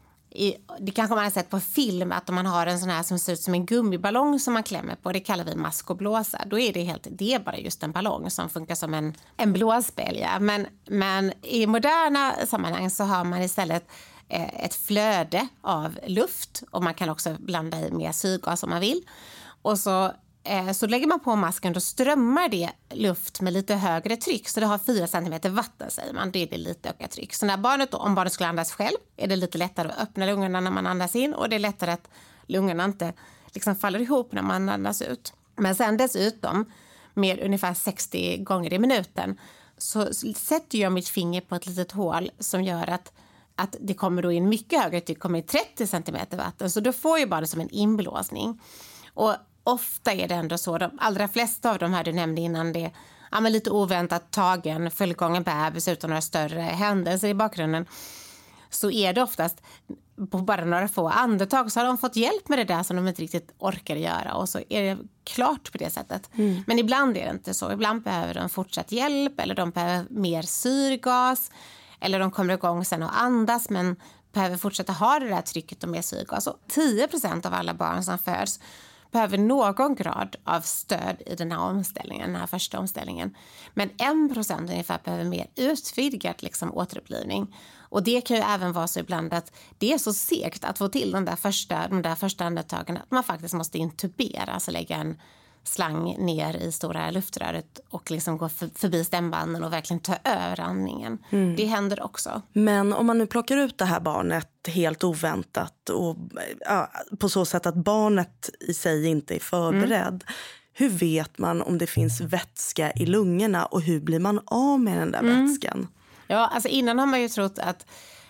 i, det kanske man har sett på film att om man har en sån här som ser ut som en gummiballong som man klämmer på, det kallar vi mask och blåsa. Då är det helt, det är bara just en ballong som funkar som en, en blåsbälja. Men, men i moderna sammanhang så har man istället ett flöde av luft och man kan också blanda i mer syrgas om man vill. Och så, eh, så lägger man på masken och strömmar det luft med lite högre tryck. Så det har fyra centimeter vatten, säger man. Det är det lite ökat tryck. Så när barnet då, om barnet skulle andas själv, är det lite lättare att öppna lungorna när man andas in. Och det är lättare att lungorna inte liksom faller ihop när man andas ut. Men sen dessutom, med ungefär sextio gånger i minuten, så sätter jag mitt finger på ett litet hål som gör att att det kommer då in mycket högre, det kommer in trettio centimeter vatten. Så då får ju bara det som en inblåsning. Och ofta är det ändå så, de allra flesta av de här du nämnde innan, det ja, men lite oväntat tagen, fullgången bebis utan några större händelser i bakgrunden. så är det oftast på bara några få andetag så har de fått hjälp med det där som de inte riktigt orkar göra och så är det klart på det sättet. Mm. Men ibland är det inte så. Ibland behöver de fortsatt hjälp eller de behöver mer syrgas eller de kommer igång sen och andas men behöver fortsätta ha det där trycket och mer syrgas. Och tio procent av alla barn som föds behöver någon grad av stöd i den här omställningen, den här första omställningen. Men en procent ungefär behöver mer utvidgat liksom, återupplivning. Och det kan ju även vara så ibland att det är så segt att få till de där första, de där första andetagen att man faktiskt måste intubera, alltså lägga en slang ner i stora luftröret och liksom gå förbi stämbanden och verkligen ta över andningen. Mm. Det händer också. Men om man nu plockar ut det här barnet helt oväntat och ja, på så sätt att barnet i sig inte är förberedd. Mm. Hur vet man om det finns vätska i lungorna och hur blir man av med den där mm. vätskan? Ja, alltså innan har man ju trott att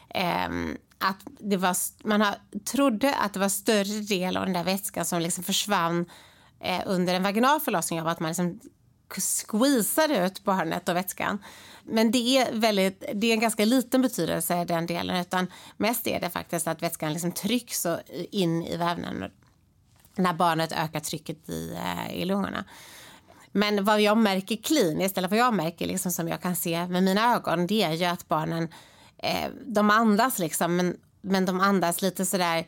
ehm, att det var, man har, trodde att det var större del av den där vätskan som liksom försvann eh, under en vaginal förlossning av att man liksom squeezade ut barnet och vätskan. Men det är, väldigt, det är en ganska liten betydelse den delen utan mest är det faktiskt att vätskan liksom trycks in i vävnaden när barnet ökar trycket i, i lungorna. Men vad jag märker kliniskt, eller vad jag märker liksom som jag kan se med mina ögon, det är ju att barnen, eh, de andas liksom, men, men de andas lite sådär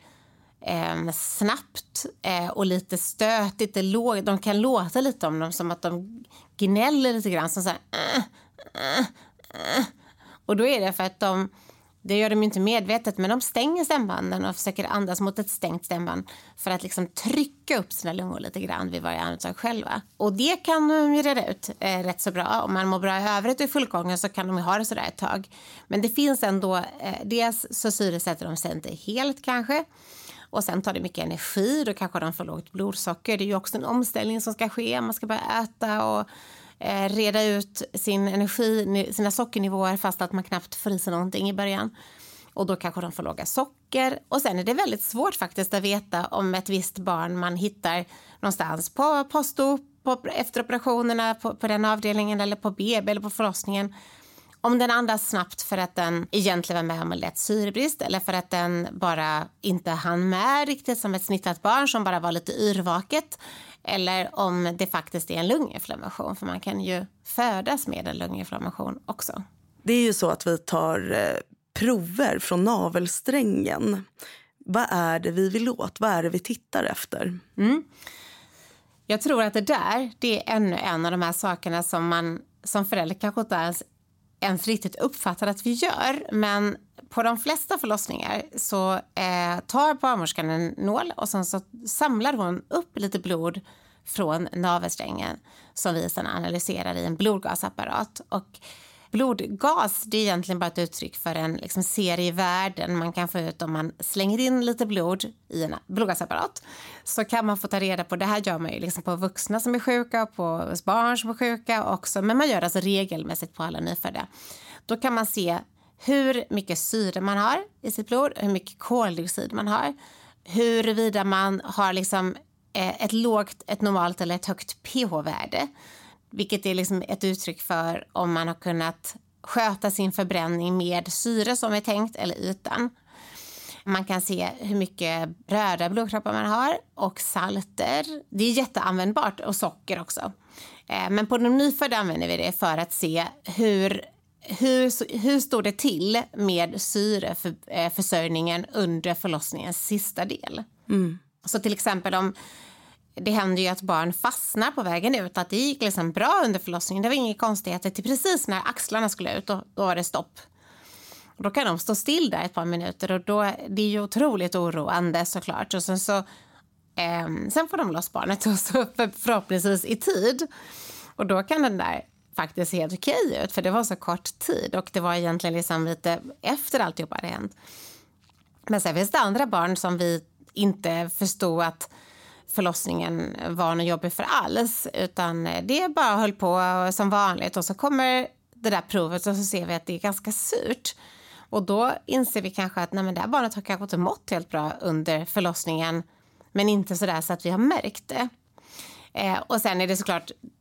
eh, snabbt eh, och lite stötigt. Låg, de kan låta lite om dem som att de gnäller lite grann, som såhär, äh, äh, äh. Och då är det för att de, det gör de ju inte medvetet, men de stänger stämbanden och försöker andas mot ett stängt stämband för att liksom trycka upp sina lungor lite grann vid varje andetag själva. Och det kan de ju reda ut eh, rätt så bra. Om man mår bra i övrigt och i fullgången så kan de ju ha det sådär ett tag. Men det finns ändå, eh, dels så syresätter de sig inte helt kanske. Och sen tar det mycket energi, då kanske de får lågt blodsocker. Det är ju också en omställning som ska ske, man ska börja äta och Eh, reda ut sin energi, sina sockernivåer fast att man knappt får i sig någonting i början. Och då kanske de får låga socker. Och sen är det väldigt svårt faktiskt att veta om ett visst barn man hittar någonstans på posto, på, efter operationerna, på, på den avdelningen eller på B B eller på förlossningen. Om den andas snabbt för att den egentligen var med om en lätt syrebrist eller för att den bara inte hann med riktigt som ett snittat barn som bara var lite yrvaket. Eller om det faktiskt är en lunginflammation, för man kan ju födas med en lunginflammation också. Det är ju så att vi tar eh, prover från navelsträngen. Vad är det vi vill åt? Vad är det vi tittar efter? Mm. Jag tror att det där, det är ännu en av de här sakerna som man som förälder kanske inte ens, ens riktigt uppfattar att vi gör. Men på de flesta förlossningar så eh, tar barnmorskan en nål och sen så samlar hon upp lite blod från navelsträngen som vi sedan analyserar i en blodgasapparat. Och blodgas, det är egentligen bara ett uttryck för en liksom, serie värden man kan få ut om man slänger in lite blod i en blodgasapparat. Så kan man få ta reda på, det här gör man ju liksom på vuxna som är sjuka, på barn som är sjuka också, men man gör alltså regelmässigt på alla nyfödda. Då kan man se hur mycket syre man har i sitt blod, hur mycket koldioxid man har, huruvida man har liksom ett lågt, ett normalt eller ett högt pH-värde, vilket är liksom ett uttryck för om man har kunnat sköta sin förbränning med syre som är tänkt eller utan. Man kan se hur mycket röda blodkroppar man har och salter. Det är jätteanvändbart, och socker också. Men på de nyfödda använder vi det för att se hur Hur, hur står det till med syreförsörjningen under förlossningens sista del? Mm. Så till exempel om det händer ju att barn fastnar på vägen ut, att det gick liksom bra under förlossningen. Det var inga konstigheter till precis när axlarna skulle ut, och då var det stopp. Och då kan de stå still där ett par minuter, och då det är ju otroligt oroande såklart. Och sen, så, eh, sen får de loss barnet och så förhoppningsvis i tid. Och då kan den där faktiskt helt okej ut, för det var så kort tid och det var egentligen liksom lite efter alltihop hade hänt. Men sen finns det andra barn som vi inte förstod att förlossningen var något jobbigt för alls, utan det bara höll på som vanligt, och så kommer det där provet och så ser vi att det är ganska surt, och då inser vi kanske att nej, men det här barnet har kanske inte mått helt bra under förlossningen, men inte sådär så att vi har märkt det. Eh, och sen är det såklart,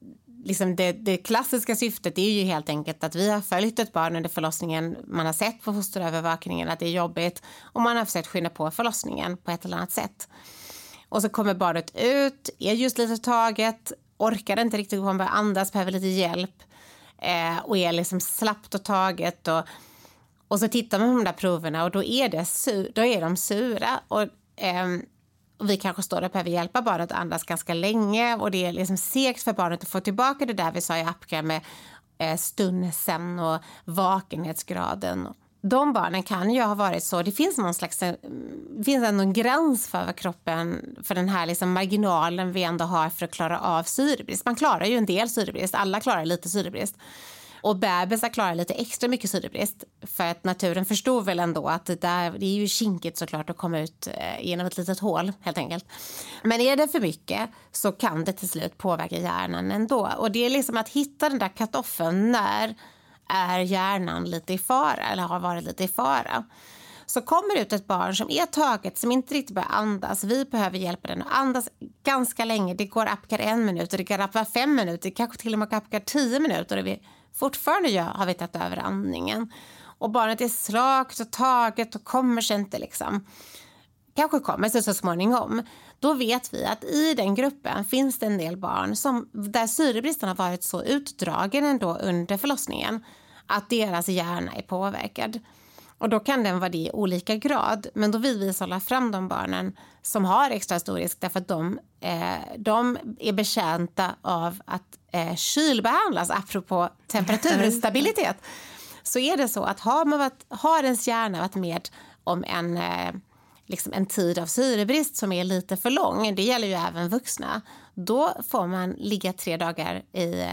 liksom det, det klassiska syftet är ju helt enkelt att vi har följt ett barn under förlossningen. Man har sett på fosterövervakningen att det är jobbigt och man har försökt skynda på förlossningen på ett eller annat sätt. Och så kommer barnet ut, är just lite taget, orkar inte riktigt gå, börjar andas, behöver lite hjälp eh, och är liksom slappt och taget. Och, och så tittar man på de där proverna och då är, det sur, då är de sura. Och, eh, och vi kanske står där och behöver hjälpa barnet att andas ganska länge. Och det är liksom segt för barnet att få tillbaka det där vi sa i Apgar med eh, stunsen och vakenhetsgraden. De barnen kan ju ha varit så, det finns någon slags, det finns en gräns för vad kroppen, för den här liksom marginalen vi ändå har för att klara av syrebrist. Man klarar ju en del syrebrist, alla klarar lite syrebrist. Och bebisar klarar lite extra mycket syrebrist för att naturen förstod väl ändå att det, där, det är ju kinkigt såklart att komma ut genom ett litet hål helt enkelt. Men är det för mycket så kan det till slut påverka hjärnan ändå. Och det är liksom att hitta den där cut-offen när är hjärnan lite i fara eller har varit lite i fara. Så kommer ut ett barn som är taget, som inte riktigt börjar andas. Vi behöver hjälpa den att andas ganska länge. Det går Apgar en minut, det går Apgar fem minuter, kanske till och med Apgar tio minuter. Och vi fortfarande gör, har vi tagit över andningen. Och barnet är slakt och taget och kommer sig inte liksom. Kanske kommer sig så småningom. Då vet vi att i den gruppen finns det en del barn som, där syrebristen har varit så utdragen ändå under förlossningen att deras hjärna är påverkad. Och då kan den vara det i olika grad. Men då vill vi hålla fram de barnen som har extra stor risk därför att de, eh, de är betjänta av att eh, kylbehandlas apropå temperaturstabilitet. Så är det så att har, man varit, har ens hjärna varit med om en... Eh, liksom en tid av syrebrist som är lite för lång, det gäller ju även vuxna, då får man ligga tre dagar i,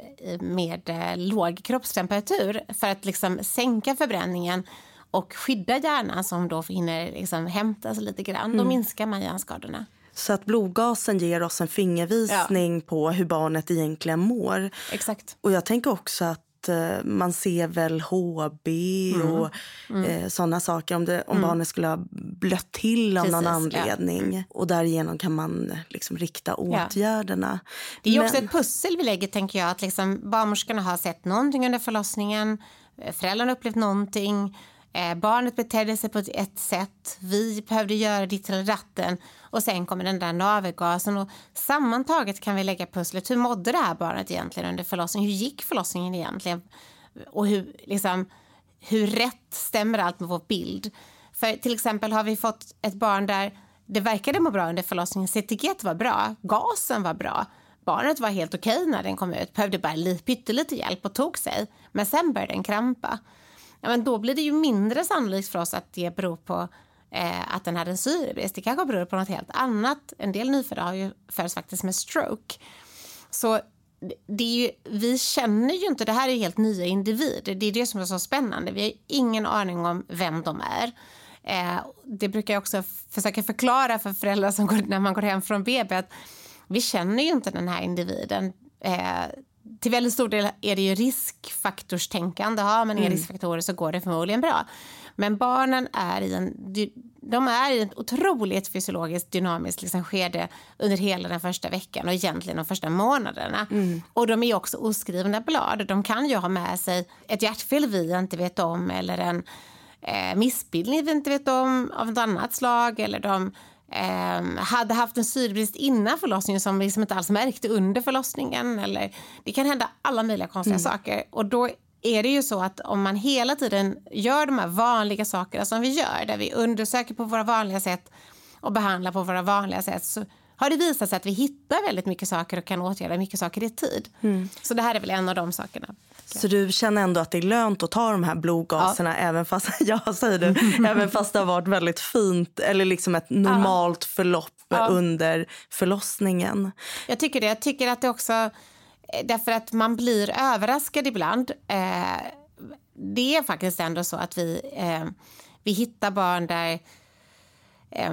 med låg kroppstemperatur för att liksom sänka förbränningen och skydda hjärnan som då hinner liksom hämta sig lite grann. Mm. Då minskar man hjärnskadorna. Så att blodgasen ger oss en fingervisning ja. på hur barnet egentligen mår. Exakt. Och jag tänker också att man ser väl H B och mm. Mm. Eh, sådana saker om, det, om mm. barnet skulle ha blött till av Precis, någon anledning. Ja. Och därigenom kan man liksom rikta åtgärderna. Ja. Det är ju Men... också ett pussel vi lägger, tänker jag. Att liksom barnmorskorna har sett någonting under förlossningen. Föräldrarna har upplevt någonting. Eh, barnet betedde sig på ett sätt. Vi behövde göra ditt till ratten. Och sen kommer den där navelgasen. Och sammantaget kan vi lägga pusslet. Hur mådde det här barnet egentligen under förlossningen? Hur gick förlossningen egentligen? Och hur, liksom, hur rätt stämmer allt med vår bild? För till exempel har vi fått ett barn där det verkade må bra under förlossningen. C T G var bra. Gasen var bra. Barnet var helt okej när den kom ut. Behövde bara pyttelite hjälp och tog sig. Men sen började den krampa. Ja, men då blir det ju mindre sannolikt för oss att det beror på eh, att den hade en syrebrist. Det kanske beror på något helt annat. En del nyfödda har ju föds faktiskt med stroke. Så det är ju, vi känner ju inte, det här är helt nya individer. Det är det som är så spännande. Vi har ingen aning om vem de är. Eh, det brukar jag också försöka förklara för föräldrar som går, när man går hem från B B, att vi känner ju inte den här individen. Eh, till väldigt stor del är det ju riskfaktorstänkande. Ja, men är mm. riskfaktorer så går det förmodligen bra. Men barnen är i en, de är i ett otroligt fysiologiskt dynamiskt liksom skede under hela den första veckan och egentligen de första månaderna. Mm. Och de är också oskrivna blad. De kan ju ha med sig ett hjärtfel vi inte vet om eller en eh, missbildning vi inte vet om av ett annat slag, eller de eh, hade haft en syrebrist innan förlossningen som vi liksom inte alls märkte under förlossningen, eller det kan hända alla möjliga konstiga mm. saker. Och då är det ju så att om man hela tiden gör de här vanliga sakerna som vi gör, där vi undersöker på våra vanliga sätt och behandlar på våra vanliga sätt, så har det visat sig att vi hittar väldigt mycket saker och kan åtgärda mycket saker i tid. Mm. Så det här är väl en av de sakerna. Så du känner ändå att det är lönt att ta de här blodgaserna, ja. även fast, jag säger det, även fast det har varit väldigt fint eller liksom ett normalt ja. förlopp ja. under förlossningen? Jag tycker det. Jag tycker att det också, därför att man blir överraskad ibland. Eh, det är faktiskt ändå så att vi, eh, vi hittar barn där... Eh,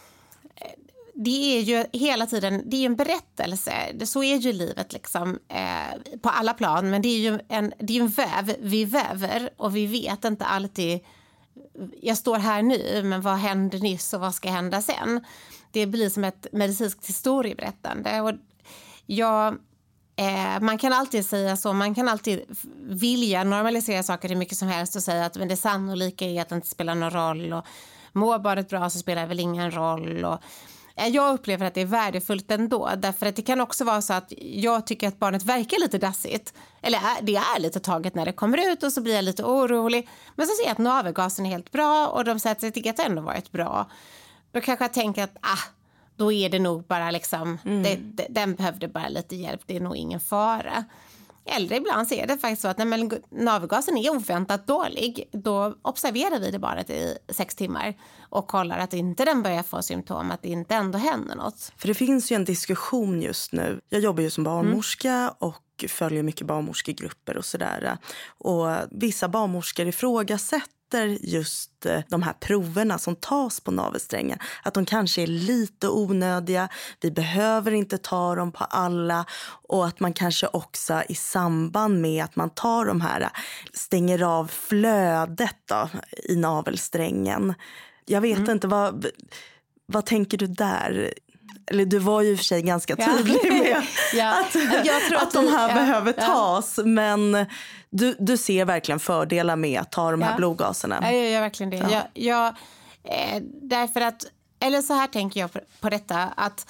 det är ju hela tiden, det är en berättelse, så är ju livet liksom eh, på alla plan, men det är ju en, det är en väv, vi väver och vi vet inte alltid, jag står här nu men vad händer nyss och vad ska hända sen? Det blir som ett medicinskt historieberättande. Och jag, eh, man kan alltid säga så, man kan alltid vilja normalisera saker hur mycket som helst och säga att men det sannolika är att det inte spelar någon roll och mår barnet bra så spelar det väl ingen roll. Och jag upplever att det är värdefullt ändå, därför att det kan också vara så att jag tycker att barnet verkar lite dassigt, eller det är lite taget när det kommer ut och så blir jag lite orolig, men så ser jag att navelgasen är helt bra och de säger att jag tycker att det ändå varit bra. Då kanske jag tänker att ah, då är det nog bara liksom, mm. det, det, den behövde bara lite hjälp, det är nog ingen fara. Eller ibland ser det faktiskt så att när navelgasen är oväntat dålig, då observerar vi det bara i sex timmar och kollar att inte den börjar få symptom, att det inte ändå händer något. För det finns ju en diskussion just nu. Jag jobbar ju som barnmorska mm. och följer mycket barnmorskegrupper och sådär. Och vissa barnmorskor ifrågasätter just de här proverna som tas på navelsträngen. Att de kanske är lite onödiga. Vi behöver inte ta dem på alla. Och att man kanske också i samband med att man tar de här stänger av flödet då, i navelsträngen. Jag vet mm. inte, vad, vad tänker du där? Eller du var ju i och för sig ganska tydlig ja. med ja. att, jag tror att, att de här ja. behöver tas. Ja. Men du, du ser verkligen fördelar med att ta de här ja. blodgaserna. Ja, jag gör verkligen det. Ja. Jag, jag, eh, därför att, eller så här tänker jag på, på detta, att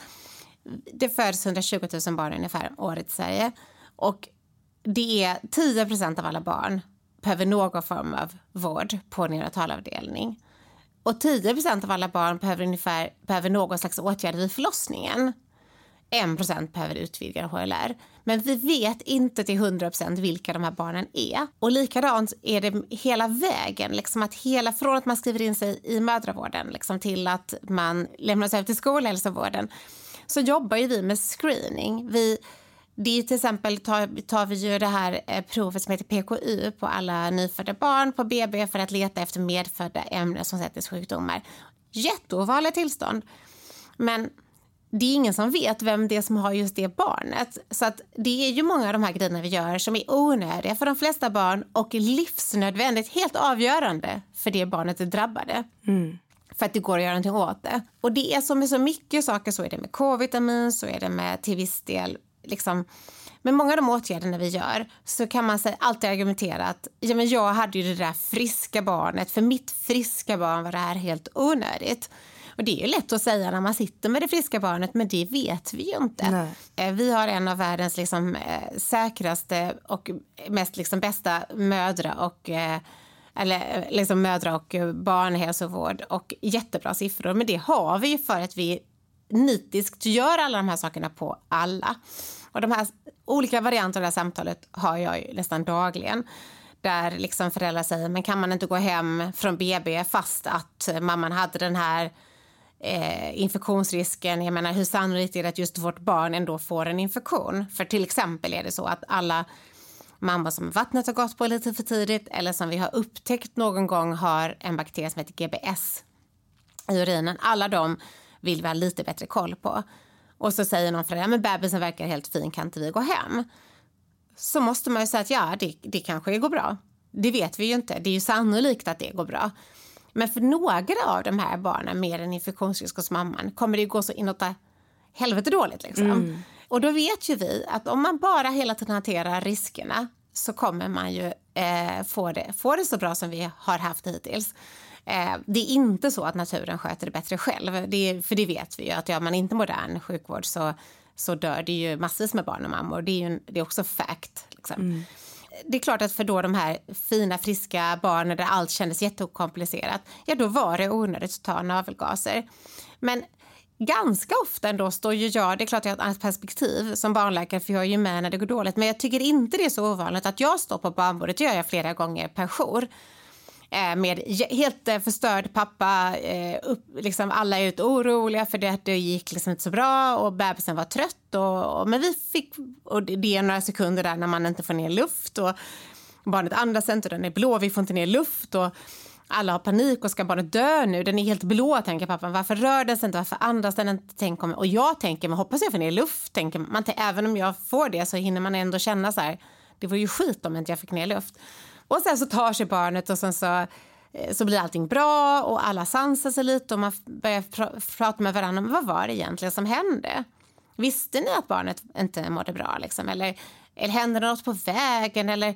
det föds hundratjugo tusen barn ungefär året i Sverige. Och det är tio procent av alla barn behöver någon form av vård på neonatalavdelning. Och tio procent av alla barn behöver ungefär behöver någon slags åtgärd vid förlossningen. en procent behöver utvidgad H L R. Men vi vet inte till hundra procent vilka de här barnen är. Och likadant är det hela vägen. Liksom att hela, från att man skriver in sig i mödravården liksom till att man lämnas över till skolhälsovården. Så jobbar ju vi med screening. Vi... Det är till exempel tar, tar vi ju det här eh, provet som heter P K U på alla nyfödda barn på B B för att leta efter medfödda ämnen som sätter sjukdomar. Jätteovanliga tillstånd. Men det är ingen som vet vem det är som har just det barnet. Så att det är ju många av de här grejerna vi gör som är onödiga för de flesta barn och livsnödvändigt, helt avgörande för det barnet är drabbade. Mm. För att det går att göra någonting åt det. Och det är som med så mycket saker, så är det med K-vitamin, så är det med till viss del liksom, med många av de åtgärderna vi gör så kan man säga, alltid argumentera att ja, men jag hade ju det där friska barnet, för mitt friska barn var det här helt onödigt. Och det är ju lätt att säga när man sitter med det friska barnet, men det vet vi ju inte. Nej. Vi har en av världens liksom, säkraste och mest liksom, bästa mödra och eller liksom mödra- och barnhälsovård och jättebra siffror, men det har vi ju för att vi nitiskt gör alla de här sakerna på alla. Och de här olika varianterna av det här samtalet har jag ju nästan dagligen. Där liksom föräldrar säger, men kan man inte gå hem från B B fast att mamman hade den här eh, infektionsrisken? Jag menar, hur sannolikt är det att just vårt barn ändå får en infektion? För till exempel är det så att alla mammor som vattnet har gått på lite för tidigt eller som vi har upptäckt någon gång har en bakterie som heter G B S i urinen. Alla de vill vi ha lite bättre koll på. Och så säger någon förälder, men bebisen verkar helt fin, kan inte vi gå hem? Så måste man ju säga att ja, det, det kanske går bra. Det vet vi ju inte. Det är ju sannolikt att det går bra. Men för några av de här barnen med en infektionsrisk hos mamman kommer det ju gå så inåt helvete dåligt. Liksom. Mm. Och då vet ju vi att om man bara hela tiden hanterar riskerna så kommer man ju eh, få, det, få det så bra som vi har haft hittills. Eh, det är inte så att naturen sköter det bättre själv. Det är, för det vet vi ju att gör man inte modern sjukvård så, så dör det ju massvis med barn och mammor. Det är ju det är också fact. Liksom. Mm. Det är klart att för då de här fina, friska barnen där allt kändes jättekomplicerat, ja då var det onödigt att ta navelgaser. Men ganska ofta ändå står ju jag, det är klart att jag har ett annat perspektiv som barnläkare för jag är ju med när det går dåligt, men jag tycker inte det är så ovanligt att jag står på barnbordet, det gör jag flera gånger per jour. Med helt förstörd pappa, upp, liksom alla är lite oroliga för det att det gick liksom inte så bra och bebisen var trött. Och, och, men vi fick, och det är några sekunder där när man inte får ner luft och barnet andas inte, den är blå, vi får inte ner luft och alla har panik och ska barnet dö nu, den är helt blå, tänker pappan, varför rör den sig inte, varför andas den inte, tänk om, och jag tänker, men hoppas jag får ner luft, tänker man, även om jag får det så hinner man ändå känna så här, det var ju skit om inte jag fick ner luft. Och sen så tar sig barnet och sen så, så blir allting bra och alla sansar sig lite och man börjar pr- prata med varandra om vad var det egentligen som hände. Visste ni att barnet inte mådde bra? Liksom? Eller, eller hände något på vägen? Eller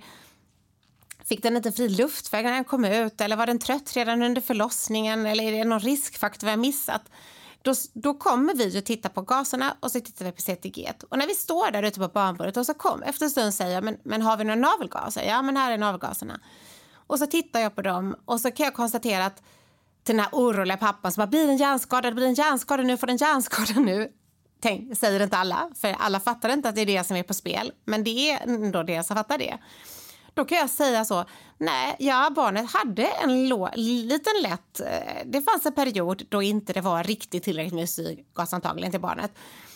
fick den inte fri luftväg när den kom ut? Eller var den trött redan under förlossningen? Eller är det någon riskfaktor vi har missat? Då, då kommer vi att titta på gaserna och så tittar vi på C T G. Och när vi står där ute på barnbordet och så kom efter en stund säger jag, men, men har vi några navelgaser? Ja, men här är navelgaserna. Och så tittar jag på dem och så kan jag konstatera att till den här oroliga pappan som bara, blir en hjärnskada, det blir en hjärnskada nu, får en hjärnskada nu. Tänk, säger inte alla, för alla fattar inte att det är det som är på spel. Men det är ändå det som fattar det. Då kan jag säga så, nej, ja, barnet hade en lå, liten lätt, det fanns en period då inte det var riktigt tillräckligt med syrgas antagligen till barnet.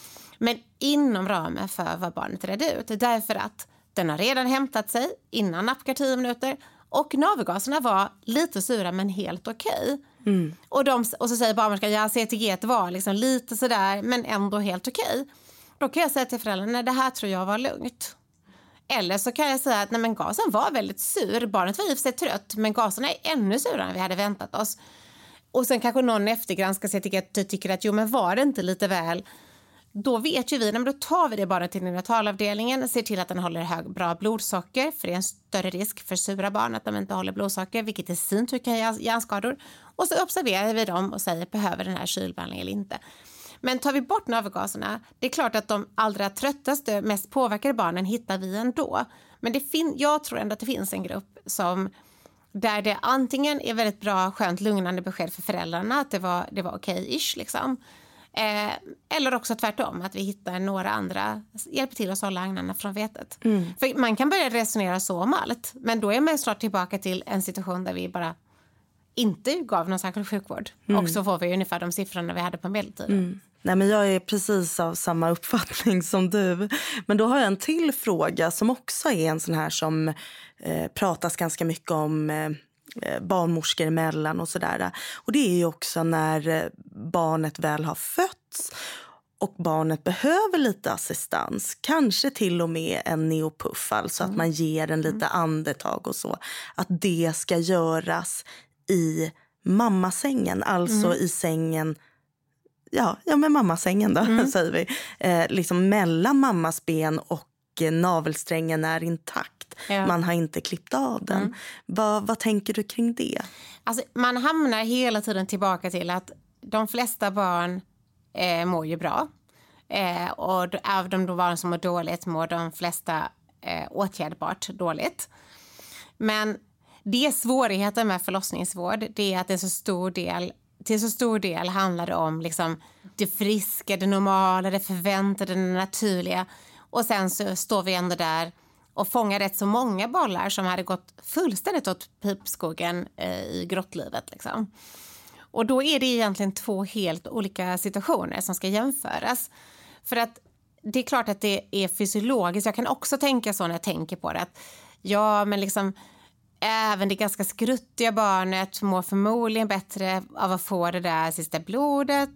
Men inom ramen för vad barnet redde ut, därför att den har redan hämtat sig innan nappkar tio minuter och navelgaserna var lite sura men helt okej. Mm. Och, de, och så säger barnmorskan, ja, C T G var liksom lite sådär men ändå helt okej. Då kan jag säga till föräldrarna, nej, det här tror jag var lugnt. Eller så kan jag säga att nej, men gasen var väldigt sur. Barnet var i och för sig trött, men gaserna är ännu surare än vi hade väntat oss. Och sen kanske någon eftergranskar C T G tycker att jo, men var det inte lite väl? Då vet ju vi, nej, men då tar vi det barnet till neonatalavdelningen och ser till att den håller hög, bra blodsocker. För det är en större risk för sura barn att de inte håller blodsocker, vilket i sin tur kan ge hjärnskador. Och så observerar vi dem och säger, behöver den här kylbehandlingen eller inte? Men tar vi bort navelgaserna, det är klart att de allra tröttaste, mest påverkade barnen hittar vi ändå. Men det fin- jag tror ändå att det finns en grupp som, där det antingen är väldigt bra, skönt, lugnande besked för föräldrarna att det var, det var okej-ish liksom. Eh, eller också tvärtom, att vi hittar några andra, hjälper till att hålla agnarna från vetet. Mm. För man kan börja resonera så om allt, men då är man snart tillbaka till en situation där vi bara inte gav någon särskild sjukvård. Mm. Och så får vi ungefär de siffrorna vi hade på medeltiden. Mm. Nej, men jag är precis av samma uppfattning som du. Men då har jag en till fråga som också är en sån här som eh, pratas ganska mycket om eh, barnmorskor emellan och sådär. Och det är ju också när barnet väl har fötts och barnet behöver lite assistans. Kanske till och med en neopuff, alltså mm. att man ger en lite andetag och så. Att det ska göras i mammasängen, alltså mm. i sängen. Ja, ja men mammasängen då, mm. säger vi. Eh, liksom mellan mammas ben och eh, navelsträngen är intakt. Ja. Man har inte klippt av den. Mm. Va, vad tänker du kring det? Alltså, man hamnar hela tiden tillbaka till att de flesta barn eh, mår ju bra. Eh, och av de barn som mår dåligt mår de flesta eh, åtgärdbart dåligt. Men det är svårigheten med förlossningsvård. Det är att det är så stor del till så stor del handlar det om liksom det friska, det normala, det förväntade, det naturliga. Och sen så står vi ändå där och fångar rätt så många bollar som hade gått fullständigt åt pipskogen eh, i grottlivet. Liksom. Och då är det egentligen två helt olika situationer som ska jämföras. För att det är klart att det är fysiologiskt. Jag kan också tänka så när jag tänker på det. Att ja, men liksom även det ganska skruttiga barnet mår förmodligen bättre av att få det där sista blodet.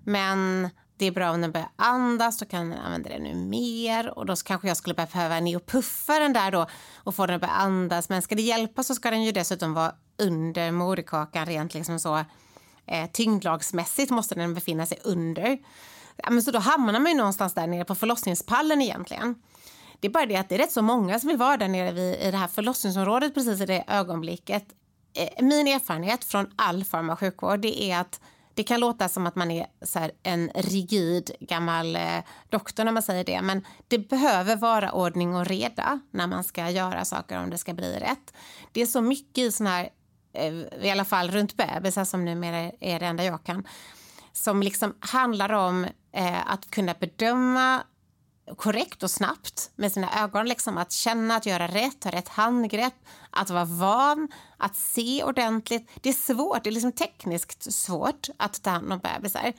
Men det är bra om den börjar andas, då kan den använda det nu mer. Och då kanske jag skulle behöva neopuffa den där då och få den att börja andas. Men ska det hjälpa så ska den ju dessutom vara under moderkakan rent liksom så eh, tyngdlagsmässigt måste den befinna sig under. Ja, men så då hamnar man ju någonstans där nere på förlossningspallen egentligen. Det är bara det att det är rätt så många som vill vara där nere vid, i det här förlossningsområdet precis i det ögonblicket. Eh, min erfarenhet från all form av sjukvård det är att det kan låta som att man är så här en rigid gammal eh, doktor när man säger det. Men det behöver vara ordning och reda när man ska göra saker om det ska bli rätt. Det är så mycket i sån här, eh, i alla fall runt bebisar som numera är det enda jag kan. Som liksom handlar om eh, att kunna bedöma korrekt och snabbt med sina ögon, liksom att känna, att göra rätt, ha rätt handgrepp, att vara van, att se ordentligt. Det är svårt, det är liksom tekniskt svårt att ta hand om bebisar.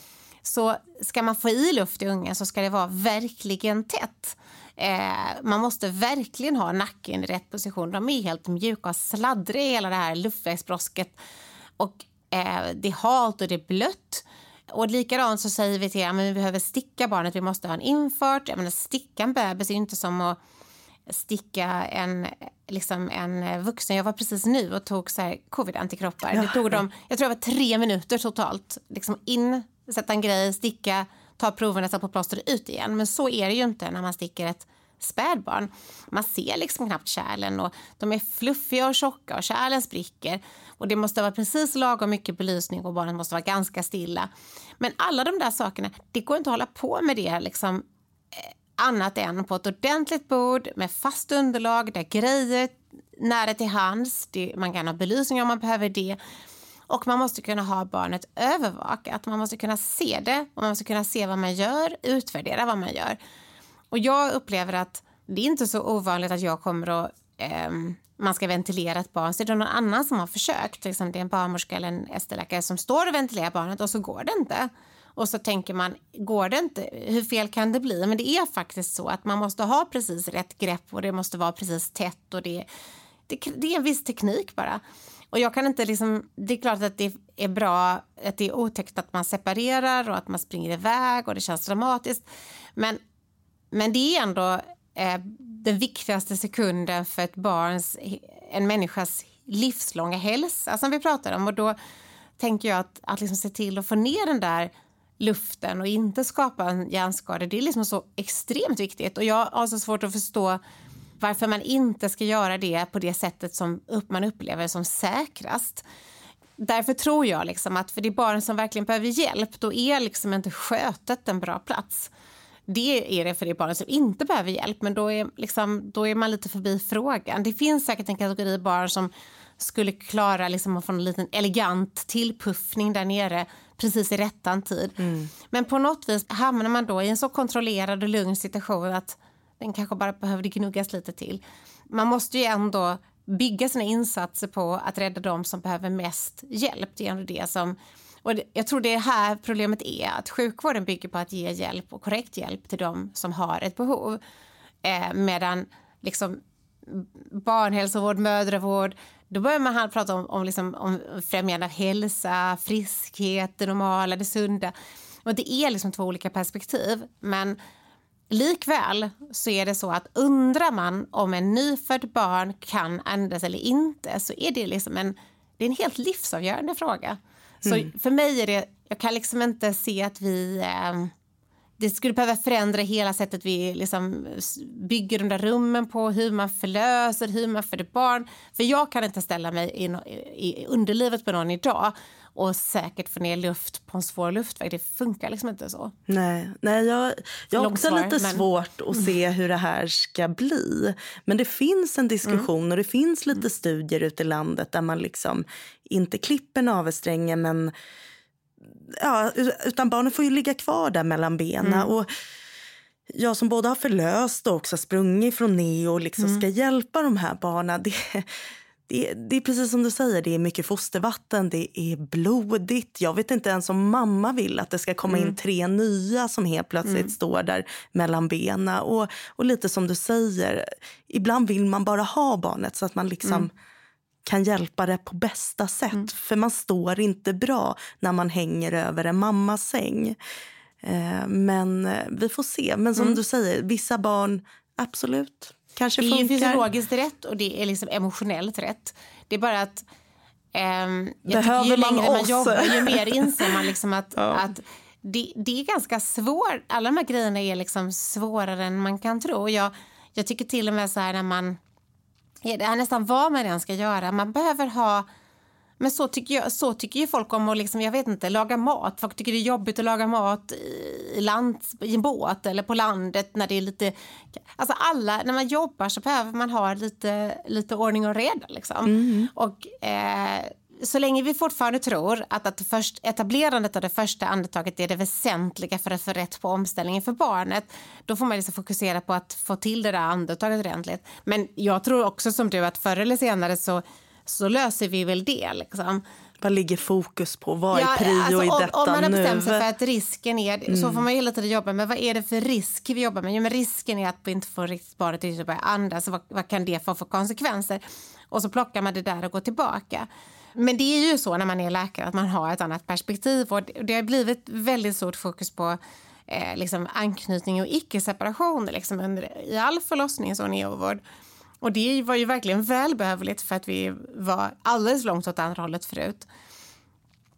Så ska man få i luft i ungen så ska det vara verkligen tätt. Eh, man måste verkligen ha nacken i rätt position. De är helt mjuka och sladdriga i hela det här luftvägsbrosket. Och eh, det är halt och det är blött. Och likadant så säger vi till att vi behöver sticka barnet, vi måste ha en infört. Jag menar, sticka en bebis är ju inte som att sticka en, liksom en vuxen. Jag var precis nu och tog så här covid-antikroppar. Ja. Det tog dem, jag tror det var tre minuter totalt. Liksom in, sätta en grej, sticka, tar proverna så på plåster ut igen. Men så är det ju inte när man sticker ett spädbarn. Man ser liksom knappt kärlen och de är fluffiga och tjocka och kärlen spricker. Och det måste vara precis lagom mycket belysning och barnet måste vara ganska stilla. Men alla de där sakerna, det går inte att hålla på med det liksom eh, annat än på ett ordentligt bord med fast underlag där grejer nära till hands. Det, man kan ha belysning om man behöver det. Och man måste kunna ha barnet övervakat. Man måste kunna se det och man måste kunna se vad man gör, utvärdera vad man gör. Och jag upplever att det är inte så ovanligt att jag kommer att eh, man ska ventilera ett barn. Så är det någon annan som har försökt. Till exempel det är en barnmorska eller en S T-läkare som står och ventilerar barnet och så går det inte. Och så tänker man, går det inte? Hur fel kan det bli? Men det är faktiskt så att man måste ha precis rätt grepp och det måste vara precis tätt och det, det, det är en viss teknik bara. Och jag kan inte liksom, det är klart att det är bra, att det är otäckt att man separerar och att man springer iväg och det känns dramatiskt. Men, men det är ändå eh, den viktigaste sekunden för ett barns, en människas livslånga hälsa som vi pratar om. Och då tänker jag att, att liksom se till att få ner den där luften och inte skapa en hjärnskada, det är liksom så extremt viktigt. Och jag har så svårt att förstå varför man inte ska göra det på det sättet som man upplever som säkrast. Därför tror jag liksom att för det barn som verkligen behöver hjälp, då är liksom inte skötet en bra plats. Det är det för det barn som inte behöver hjälp, men då är, liksom, då är man lite förbi frågan. Det finns säkert en kategori barn som skulle klara liksom att få en liten elegant tillpuffning där nere precis i rättan tid. Mm. Men på något vis hamnar man då i en så kontrollerad och lugn situation att den kanske bara behövde gnuggas lite till. Man måste ju ändå bygga sina insatser på att rädda dem som behöver mest hjälp. Det är ändå det som, och det, jag tror det är här problemet är, att sjukvården bygger på att ge hjälp och korrekt hjälp till dem som har ett behov. Eh, medan liksom barnhälsovård, mödravård, då börjar man prata om, om, liksom, om främjande av hälsa, friskhet, det normala, det sunda. Och det är liksom två olika perspektiv. Men likväl så är det så att undrar man om en nyfödd barn kan andas eller inte, så är det liksom en, det är en helt livsavgörande fråga. Så mm. för mig är det, jag kan liksom inte se att vi, eh, det skulle behöva förändra hela sättet vi liksom bygger de där rummen på, hur man förlöser, hur man föder barn. För jag kan inte ställa mig in, i underlivet på någon idag och säkert få ner luft på en svår luftväg. Det funkar liksom inte så. Nej, nej jag, jag har också svar, lite men... svårt att se hur det här ska bli. Men det finns en diskussion mm. och det finns lite studier ute i landet där man liksom inte klipper navelsträngen, men ja, utan barnen får ju ligga kvar där mellan benen. Mm. Och jag som både har förlöst och också sprungit från neo och liksom mm. ska hjälpa de här barnen, det Det, det är precis som du säger, det är mycket fostervatten, det är blodigt. Jag vet inte ens om mamma vill att det ska komma mm. in tre nya som helt plötsligt mm. står där mellan benen. Och, och lite som du säger, ibland vill man bara ha barnet så att man liksom mm. kan hjälpa det på bästa sätt. Mm. För man står inte bra när man hänger över en mammas säng. Eh, men vi får se. Men som mm. du säger, vissa barn, absolut. Kanske det funkar. är fysiologiskt rätt och det är liksom emotionellt rätt. Det är bara att ähm, jag behöver ju man längre oss? man jobbar, ju mer inser man liksom att, ja. att det, det är ganska svårt. Alla de här grejerna är liksom svårare än man kan tro. Jag, jag tycker till och med så här när man, det är nästan vad man än ska göra. Man behöver ha, men så tycker jag, så tycker ju folk om att liksom, jag vet inte, laga mat. Folk tycker det är jobbigt att laga mat i, land, i en båt eller på landet när det är lite, alltså alla, när man jobbar så behöver man ha lite, lite ordning och reda liksom. Mm. Och eh, så länge vi fortfarande tror att, att först, etablerandet av det första andetaget är det väsentliga för att få rätt på omställningen för barnet, då får man liksom fokusera på att få till det där andetaget ordentligt. Men jag tror också som du att förr eller senare så så löser vi väl det liksom. Vad ligger fokus på? Vad är ja, prio alltså, i om, detta om man har bestämt nu? sig för att risken är, mm. så får man ju hela tiden jobba med, vad är det för risk vi jobbar med? Jo, men risken är att vi inte får riktigt barnet att börja andas, vad, vad kan det få för konsekvenser? Och så plockar man det där och går tillbaka. Men det är ju så när man är läkare att man har ett annat perspektiv, och det, det har blivit väldigt stort fokus på eh, liksom anknytning och icke-separation liksom under, i all förlossnings- och neovård. Och det var ju verkligen välbehövligt för att vi var alldeles långt åt andra hållet förut.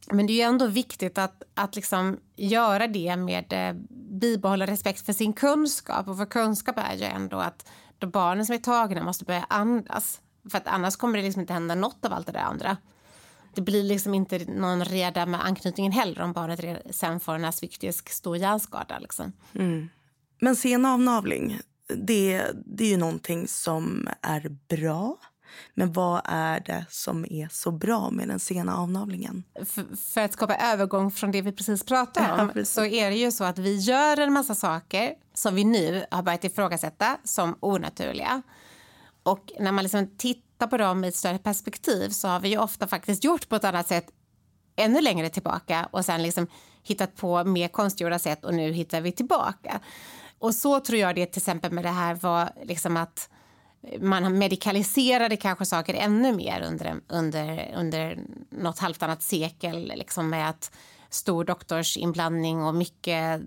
Men det är ju ändå viktigt att, att liksom göra det med eh, bibehålla respekt för sin kunskap. Och för kunskap är ju ändå att de barnen som är tagna måste börja andas. För att annars kommer det liksom inte hända något av allt det där andra. Det blir liksom inte någon reda med anknytningen heller om barnet sen får en asfyktisk stor hjärnskada. Liksom. Mm. Men sen avnavling, det, det är ju någonting som är bra. Men vad är det som är så bra med den sena avnavlingen? För, för att skapa övergång från det vi precis pratade om, ja, precis. Så är det ju så att vi gör en massa saker som vi nu har börjat ifrågasätta som onaturliga. Och när man liksom tittar på dem i ett större perspektiv så har vi ju ofta faktiskt gjort på ett annat sätt ännu längre tillbaka och sen liksom hittat på mer konstgjorda sätt och nu hittar vi tillbaka. Och så tror jag det till exempel med det här var liksom att man medikaliserade kanske saker ännu mer under, under, under något halvtannat sekel liksom med att stor doktorsinblandning och mycket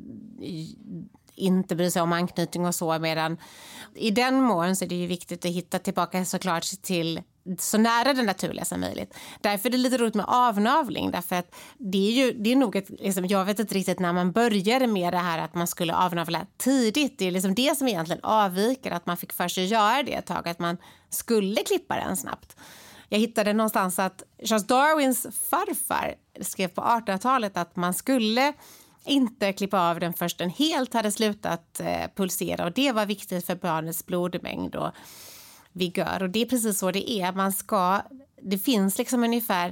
inte bry sig om anknytning och så, medan i den mån så är det ju viktigt att hitta tillbaka såklart till så nära det naturliga som möjligt. Därför är det lite roligt med avnavling, därför att det är ju det är nog ett, liksom, jag vet inte riktigt när man började med det här att man skulle avnavla tidigt. Det är liksom det som egentligen avviker, att man fick för sig göra det ett tag, att man skulle klippa den snabbt. Jag hittade någonstans att Charles Darwins farfar skrev på artonhundratalet att man skulle inte klippa av den först den helt hade slutat eh, pulsera, och det var viktigt för barnets blodmängd och vigör. Och det är precis så det är. Man ska, det finns liksom ungefär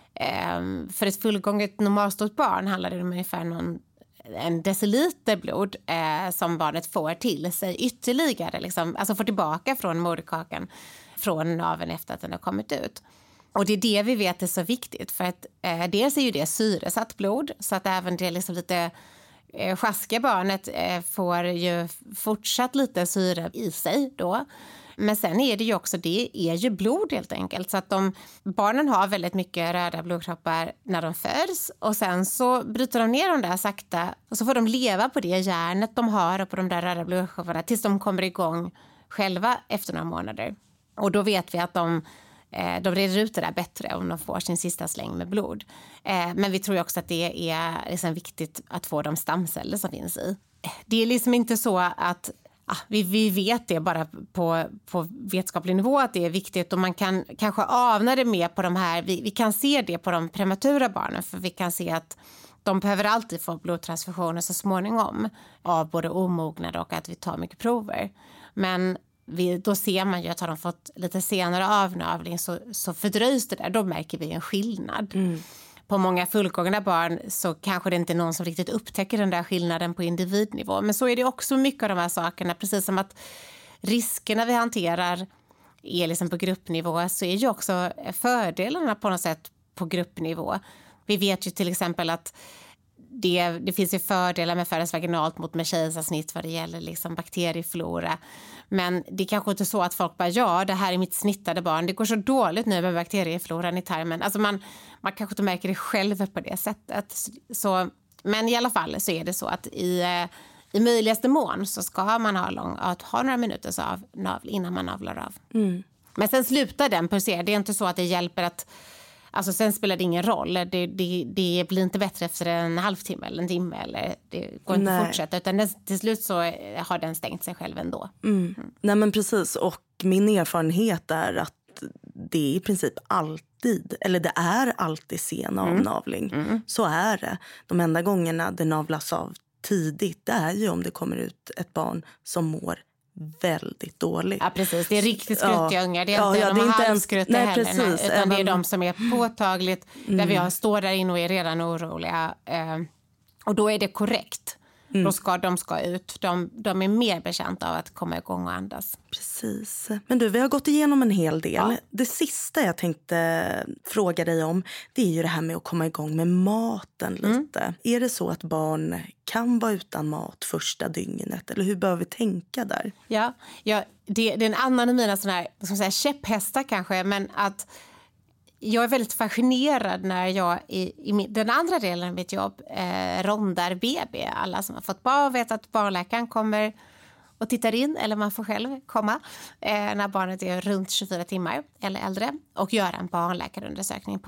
eh, för ett fullgånget normalstort barn handlar det om ungefär någon, en deciliter blod eh, som barnet får till sig ytterligare, liksom, alltså får tillbaka från moderkakan från naveln efter att den har kommit ut. Och det är det vi vet är så viktigt, för att eh, dels är ju det syresatt blod, så att även det liksom lite eh, sjaskiga barnet eh, får ju fortsatt lite syre i sig då. Men sen är det ju också, det är ju blod helt enkelt, så att de, barnen har väldigt mycket röda blodkroppar när de föds och sen så bryter de ner dem där sakta och så får de leva på det järnet de har och på de där röda blodkropparna tills de kommer igång själva efter några månader. Och då vet vi att de De reder ut det där bättre om de får sin sista släng med blod. Men vi tror också att det är liksom viktigt att få de stamceller som finns i. Det är liksom inte så att ah, vi, vi vet det bara på, på vetenskaplig nivå att det är viktigt. Och man kan kanske avna det mer på de här, vi, vi kan se det på de prematura barnen. För vi kan se att de behöver alltid få blodtransfusioner så småningom av både omognade och att vi tar mycket prover. Men Vi, då ser man ju att har de fått lite senare avnavling så, så fördröjs det där. Då märker vi en skillnad. Mm. På många fullgångna barn så kanske det inte är någon som riktigt upptäcker den där skillnaden på individnivå. Men så är det också mycket av de här sakerna. Precis som att riskerna vi hanterar är liksom på gruppnivå, så är ju också fördelarna på något sätt på gruppnivå. Vi vet ju till exempel att Det, det finns ju fördelar med födas vaginalt mot med kejsarsnitt vad det gäller liksom bakterieflora. Men det är kanske inte så att folk bara, ja, det här är mitt snittade barn. Det går så dåligt nu med bakteriefloran i tarmen. Alltså man, man kanske inte märker det själv på det sättet. Så, men i alla fall så är det så att i, i möjligaste mån så ska man ha, lång, att ha några minuters avnavl innan man avlar av. Mm. Men sen slutar den pulsera. Det är inte så att det hjälper att Alltså sen spelar det ingen roll. Det, det, det blir inte bättre efter en halvtimme eller en timme. Eller det går inte att fortsätta. Utan det, till slut så har den stängt sig själv ändå. Mm. Mm. Nej men precis. Och min erfarenhet är att det är i princip alltid, eller det är alltid sen avnavling. Mm. Mm. Så är det. De enda gångerna det navlas av tidigt, det är ju om det kommer ut ett barn som mår väldigt dåligt. Ja, precis. Det är riktigt skruttiga ja. ungar. Det är ja, inte ja, de det är inte halvskruttiga heller. Precis. Nej, utan Även... det är de som är påtagligt, mm. där vi står där inne och är redan oroliga. Eh, och då är det korrekt. Mm. Då ska de ska ut. De, de är mer bekänta av att komma igång och andas. Precis. Men du, vi har gått igenom en hel del. Ja. Det sista jag tänkte fråga dig om, det är ju det här med att komma igång med maten lite. Mm. Är det så att barn kan vara utan mat första dygnet? Eller hur bör vi tänka där? Ja, ja det, det är en annan av mina såna här, vad ska man säga, käpphästar kanske. Men att jag är väldigt fascinerad när jag i, i min, den andra delen av mitt jobb eh, rondar B B. Alla som har fått barn vet att barnläkaren kommer och tittar in, eller man får själv komma eh, när barnet är runt tjugofyra timmar eller äldre och göra en barnläkarundersökning på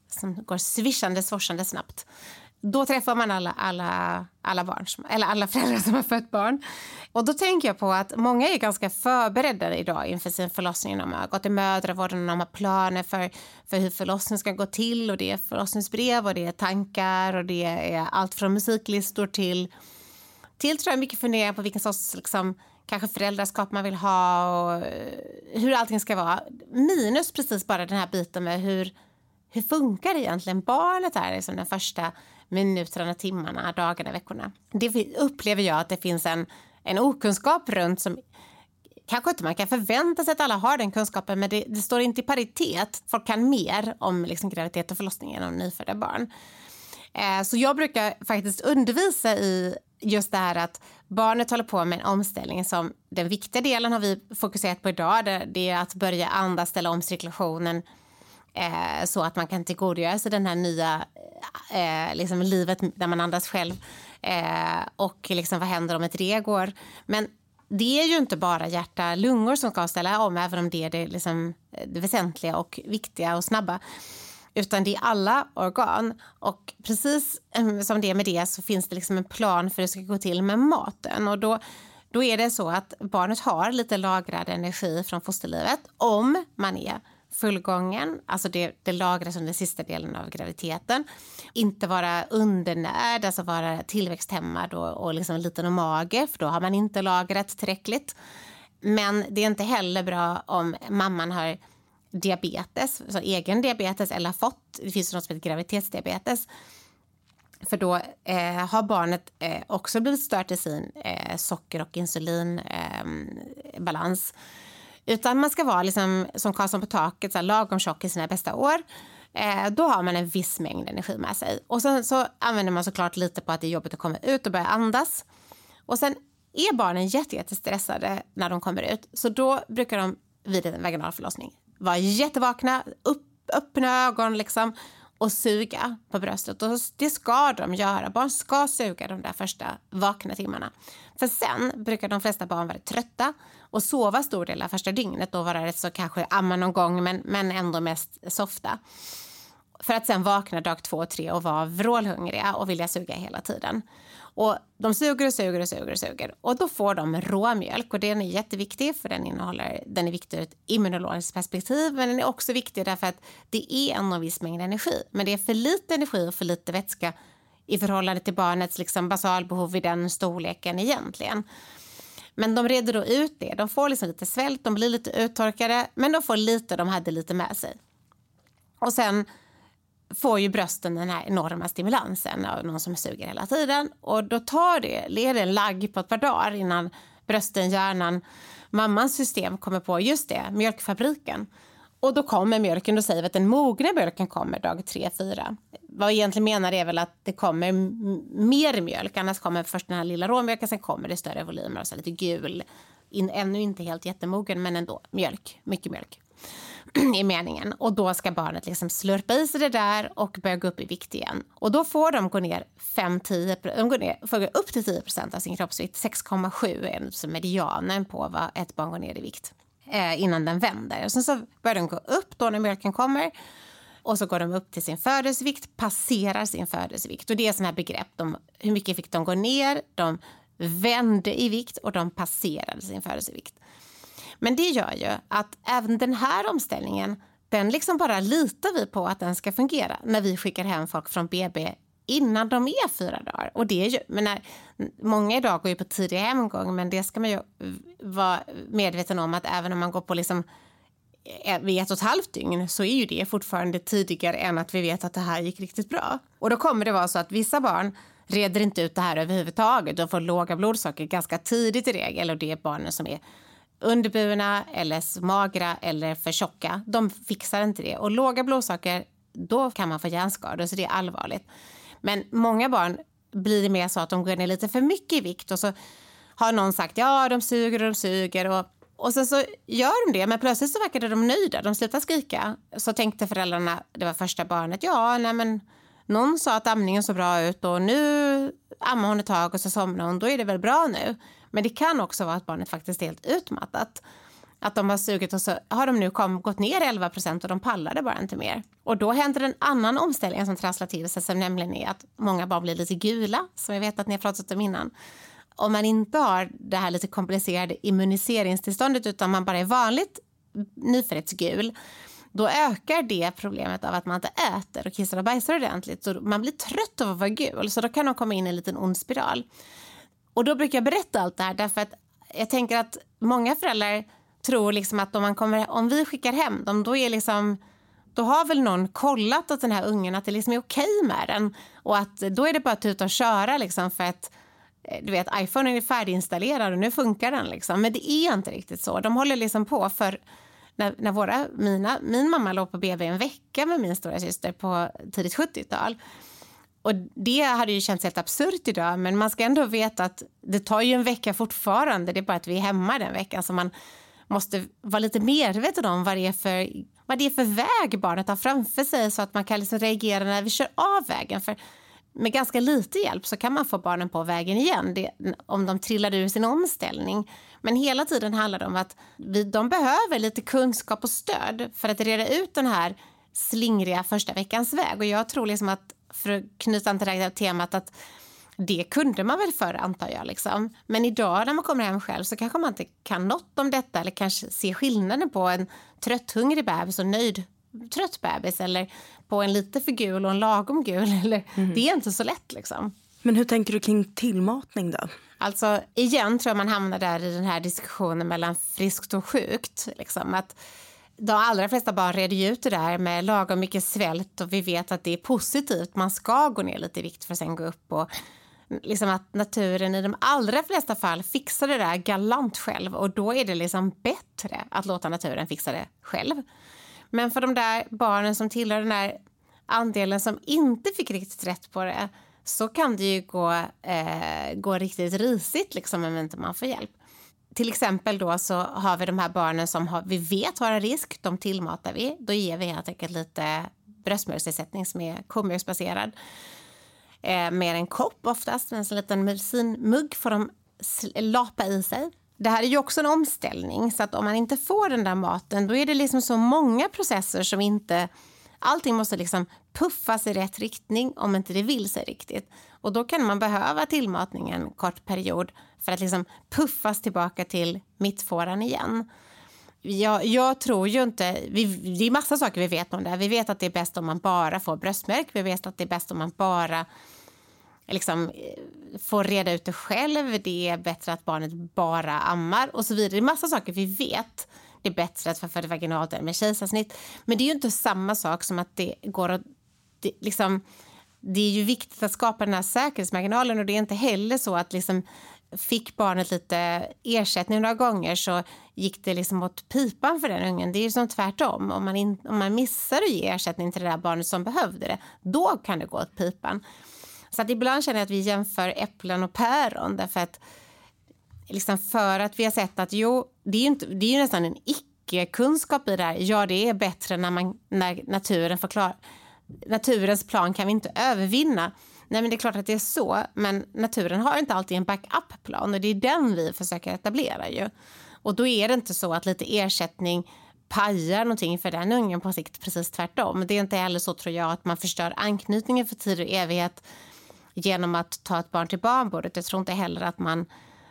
som går swishande, svorsande snabbt. Då träffar man alla, alla, alla barn, som, eller alla föräldrar som har fött barn. Och då tänker jag på att många är ganska förberedda idag inför sin förlossning. De har gått i mödravården och de har planer för, för hur förlossningen ska gå till. Och det är förlossningsbrev och det är tankar och det är allt från musiklistor till, till tror jag, mycket funderingar på vilken sorts liksom, kanske föräldraskap man vill ha och hur allting ska vara. Minus precis bara den här biten med hur, hur funkar egentligen barnet här liksom den första minuterna, timmarna, dagarna, veckorna. Det upplever jag att det finns en, en okunskap runt som kanske inte man kan förvänta sig att alla har den kunskapen, men det, det står inte i paritet. Folk kan mer om liksom graviditet och förlossning än om nyfödda barn. Eh, så jag brukar faktiskt undervisa i just det här att barnet håller på med en omställning som den viktiga delen har vi fokuserat på idag. Det, det är att börja andas, ställa om cirkulationen eh, så att man kan tillgodogöra sig den här nya eh, liksom livet där man andas själv. Eh, och liksom vad händer om ett tre går. Men det är ju inte bara hjärta, lungor som ska ställa om, även om det är det, liksom, det väsentliga och viktiga och snabba. Utan det är alla organ. Och precis som det med det så finns det liksom en plan för hur det ska gå till med maten. Och då, då är det så att barnet har lite lagrad energi från fosterlivet om man är fullgången. Alltså det, det lagras under sista delen av graviditeten. Inte vara undernärd, alltså vara tillväxthämmad och, och liksom liten och mager, för då har man inte lagrat tillräckligt. Men det är inte heller bra om mamman har diabetes, så egen diabetes eller har fått, det finns något som heter graviditetsdiabetes. För då eh, har barnet eh, också blivit stört i sin eh, socker- och insulinbalans. Eh, Utan man ska vara liksom, som Karlsson på taket, så här, lagom tjock i sina bästa år. Eh, då har man en viss mängd energi med sig. Och sen så använder man såklart lite på att det är jobbigt att komma ut och börja andas. Och sen är barnen jätte, jättestressade när de kommer ut. Så då brukar de vid en vaginal förlossning vara jättevakna, upp, öppna ögon liksom, och suga på bröstet. Och det ska de göra. Barn ska suga de där första vakna timmarna. För sen brukar de flesta barn vara trötta och sova stor del av första dygnet och vara rätt så kanske amma någon gång, men, men ändå mest softa. För att sen vakna dag två och tre och vara vrålhungriga och vilja suga hela tiden. Och de suger och suger och suger och suger. Och då får de råmjölk, och den är jätteviktig för den innehåller, den är viktig ur ett immunologiskt perspektiv, men den är också viktig därför att det är en viss mängd energi. Men det är för lite energi och för lite vätska i förhållande till barnets liksom basalbehov i den storleken egentligen. Men de reder då ut det. De får liksom lite svält, de blir lite uttorkade, men de får lite, de hade lite med sig. Och sen får ju brösten den här enorma stimulansen av någon som suger hela tiden. Och då tar det, leder en lagg på ett par dagar innan brösten, hjärnan, mammans system kommer på just det, mjölkfabriken. Och då kommer mjölken, då säger vi att den mogna mjölken kommer dag tre, fyra. Vad jag egentligen menar är väl att det kommer m- mer mjölk, annars kommer först den här lilla råmjölken, sen kommer det större volymer och så lite gul. In, ännu inte helt jättemogen, men ändå mjölk, mycket mjölk i meningen. Och då ska barnet liksom slurpa i sig det där och börja gå upp i vikt igen. Och då får de gå ner fem till tio, de går ner, får gå upp till tio procent av sin kroppsvikt. sex komma sju är alltså medianen på vad ett barn går ner i vikt eh, innan den vänder. Och sen så börjar de gå upp då när mjölken kommer. Och så går de upp till sin födelsevikt, passerar sin födelsevikt. Och det är sådana här begrepp. De, hur mycket fick de gå ner, de vände i vikt och de passerade sin födelsevikt. Men det gör ju att även den här omställningen, den liksom bara litar vi på att den ska fungera när vi skickar hem folk från B B innan de är fyra dagar. Och det är ju, men när, många idag går ju på tidig hemgång, men det ska man ju vara medveten om att även om man går på liksom vid ett och ett halvt dygn så är ju det fortfarande tidigare än att vi vet att det här gick riktigt bra. Och då kommer det vara så att vissa barn reder inte ut det här överhuvudtaget. De får låga blodsocker ganska tidigt i regel, och det är barnen som är underburna eller magra eller för tjocka. De fixar inte det. Och låga blodsocker, då kan man få hjärnskador, så det är allvarligt. Men många barn blir det mer så att de går ner lite för mycket i vikt, och så har någon sagt ja, de suger och de suger och, och sen så gör de det, men plötsligt så verkade de nöjda. De slutar skrika. Så tänkte föräldrarna, det var första barnet, ja, nej men någon sa att amningen så bra ut och nu ammar hon ett tag och så somnar hon, då är det väl bra nu. Men det kan också vara att barnet faktiskt är helt utmattat. Att de har sugit och så har de nu kom, gått ner elva procent och de pallade bara inte mer. Och då händer en annan omställning som trasslar till sig, som nämligen är att många barn blir lite gula, som jag vet att ni har pratat om innan. Om man inte har det här lite komplicerade immuniseringstillståndet utan man bara är vanligt nyföddsgul, då ökar det problemet av att man inte äter och kissar och bajsar ordentligt. Så man blir trött av att vara gul, så då kan de komma in i en liten ond spiral. Och då brukar jag berätta allt det här därför att jag tänker att många föräldrar tror liksom att om, man kommer, om vi skickar hem dem, då, är liksom, då har väl någon kollat åt den här ungen att det liksom är okej med den. Och att då är det bara att ut och köra liksom för att du vet, iPhone är färdiginstallerad och nu funkar den liksom. Men det är inte riktigt så. De håller liksom på för när, när våra, mina, min mamma låg på B B en vecka med min stora syster på tidigt sjuttiotal. Och det hade ju känts helt absurt idag, men man ska ändå veta att det tar ju en vecka fortfarande. Det är bara att vi är hemma den veckan, så man måste vara lite medveten om vad det är för, vad det är för väg barnet har framför sig, så att man kan liksom reagera när vi kör av vägen. För med ganska lite hjälp så kan man få barnen på vägen igen det, om de trillar ur sin omställning. Men hela tiden handlar det om att vi, de behöver lite kunskap och stöd för att reda ut den här slingriga första veckans väg. Och jag tror liksom att, för att knyta an till det här temat, att det kunde man väl förr, antar jag. Liksom. Men idag när man kommer hem själv så kanske man inte kan något om detta, eller kanske se skillnaden på en trött, hungrig bebis och nöjd trött bebis, eller på en lite för gul och en lagom gul. Eller, mm. Det är inte så lätt liksom. Men hur tänker du kring tillmatning då? Alltså igen tror jag man hamnar där i den här diskussionen mellan friskt och sjukt. Liksom, att de allra flesta barn reder ju ut det där med lagom mycket svält, och vi vet att det är positivt. Man ska gå ner lite i vikt för att sen gå upp, och liksom att naturen i de allra flesta fall fixar det där galant själv, och då är det liksom bättre att låta naturen fixa det själv. Men för de där barnen som tillhör den där andelen som inte fick riktigt rätt på det, så kan det ju gå, eh, gå riktigt risigt liksom, om inte man får hjälp. Till exempel då så har vi de här barnen som har, vi vet har en risk, de tillmatar vi. Då ger vi helt enkelt lite bröstmjölksersättning som är komjölksbaserad. Eh, med en kopp oftast, med en liten medicinmugg får de lapa i sig. Det här är ju också en omställning, så att om man inte får den där maten, då är det liksom så många processer som inte, allting måste liksom puffas i rätt riktning om inte det vill sig riktigt. Och då kan man behöva tillmatning en kort period för att liksom puffas tillbaka till mittfåran igen. Jag, jag tror ju inte, vi, det är massa saker vi vet om det här. Vi vet att det är bäst om man bara får bröstmjölk, vi vet att det är bäst om man bara liksom får reda ut det själv, det är bättre att barnet bara ammar och så vidare. Det är massa saker vi vet. Det är bättre att föda vaginalt än med kejsarsnitt. Men det är ju inte samma sak som att det går att det, liksom, det är ju viktigt att skapa den här säkerhetsmarginalen, och det är inte heller så att liksom, fick barnet lite ersättning några gånger så gick det liksom åt pipan för den ungen. Det är ju som tvärtom. Om man, in, om man missar att ge ersättning till det där barnet som behövde det, då kan det gå åt pipan. Så att ibland känner jag att vi jämför äpplen och päron, därför att liksom för att vi har sett att jo, det är ju, inte, det är ju nästan en icke-kunskap i det här. Ja, det är bättre när, man, när naturen förklarar. Naturens plan kan vi inte övervinna. Nej, men det är klart att det är så, men naturen har inte alltid en backup-plan, och det är den vi försöker etablera ju. Och då är det inte så att lite ersättning pajar någonting för den ungen på sikt, precis tvärtom. Det är inte heller så, tror jag, att man förstör anknytningen för tid och evighet genom att ta ett barn till barnbordet. Jag tror inte heller att man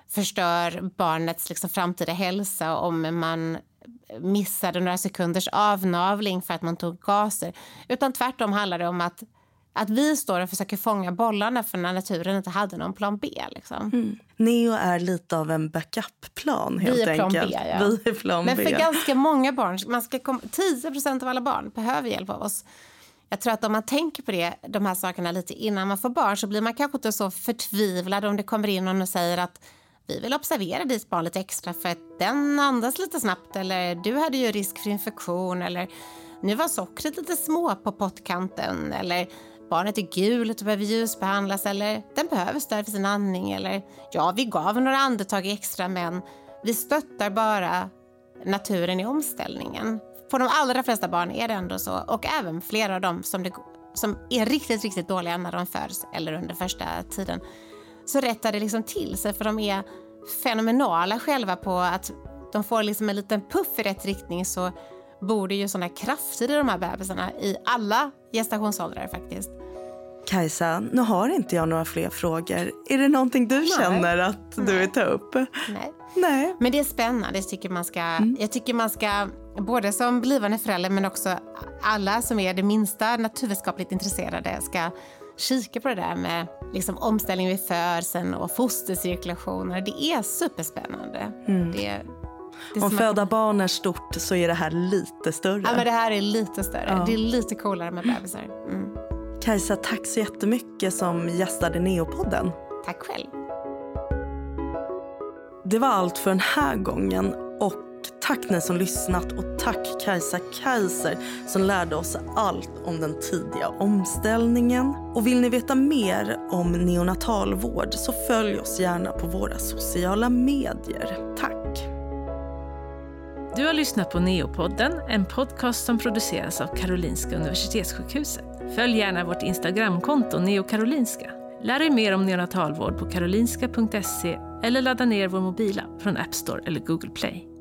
förstör barnets liksom framtida hälsa om man missade några sekunders avnavling för att man tog gaser. Utan tvärtom handlar det om att, att vi står och försöker fånga bollarna för när naturen inte hade någon plan B. Liksom. Mm. Neo är lite av en backup-plan helt vi är plan enkelt. B, ja. Vi är plan Men B. för ganska många barn, man ska komma, tio procent av alla barn behöver hjälp av oss. Jag tror att om man tänker på det, de här sakerna lite innan man får barn, så blir man kanske inte så förtvivlad om det kommer in någon och säger att vi vill observera ditt barn lite extra för att den andas lite snabbt, eller du hade ju risk för infektion, eller nu var sockret lite små på pottkanten, eller barnet är gult och behöver ljusbehandlas, eller den behöver stöd för sin andning, eller ja, vi gav några andetag extra, men vi stöttar bara naturen i omställningen. På de allra flesta barn är det ändå så, och även flera av dem som, det, som är riktigt, riktigt dåliga när de föds eller under första tiden, så rättar det liksom till sig, för de är fenomenala själva på att de får liksom en liten puff i rätt riktning så borde ju sådana krafter i de här bebisarna i alla gestationsåldrar faktiskt. Kajsa, nu har inte jag några fler frågor. Är det någonting du Nej. känner att du Nej. vill ta upp? Nej. Nej. Men det är spännande. Jag tycker man ska, mm. jag tycker man ska både som blivande förälder men också alla som är det minsta naturvetenskapligt intresserade ska kika på det där med liksom omställning vid födseln och fostercirkulationer. Det är superspännande. Mm. Det, det Om föda man... barn är stort så är det här lite större. Ja, men det här är lite större. Ja. Det är lite coolare med bebisar. Mm. Kajsa, tack så jättemycket som gästade Neopodden. Tack själv. Det var allt för den här gången och tack ni som lyssnat och tack Kajsa Kaiser som lärde oss allt om den tidiga omställningen. Och vill ni veta mer om neonatalvård så följ oss gärna på våra sociala medier. Tack! Du har lyssnat på Neopodden, en podcast som produceras av Karolinska Universitetssjukhuset. Följ gärna vårt Instagramkonto Neokarolinska. Lär dig mer om neonatalvård på karolinska punkt se eller ladda ner vår mobila från App Store eller Google Play.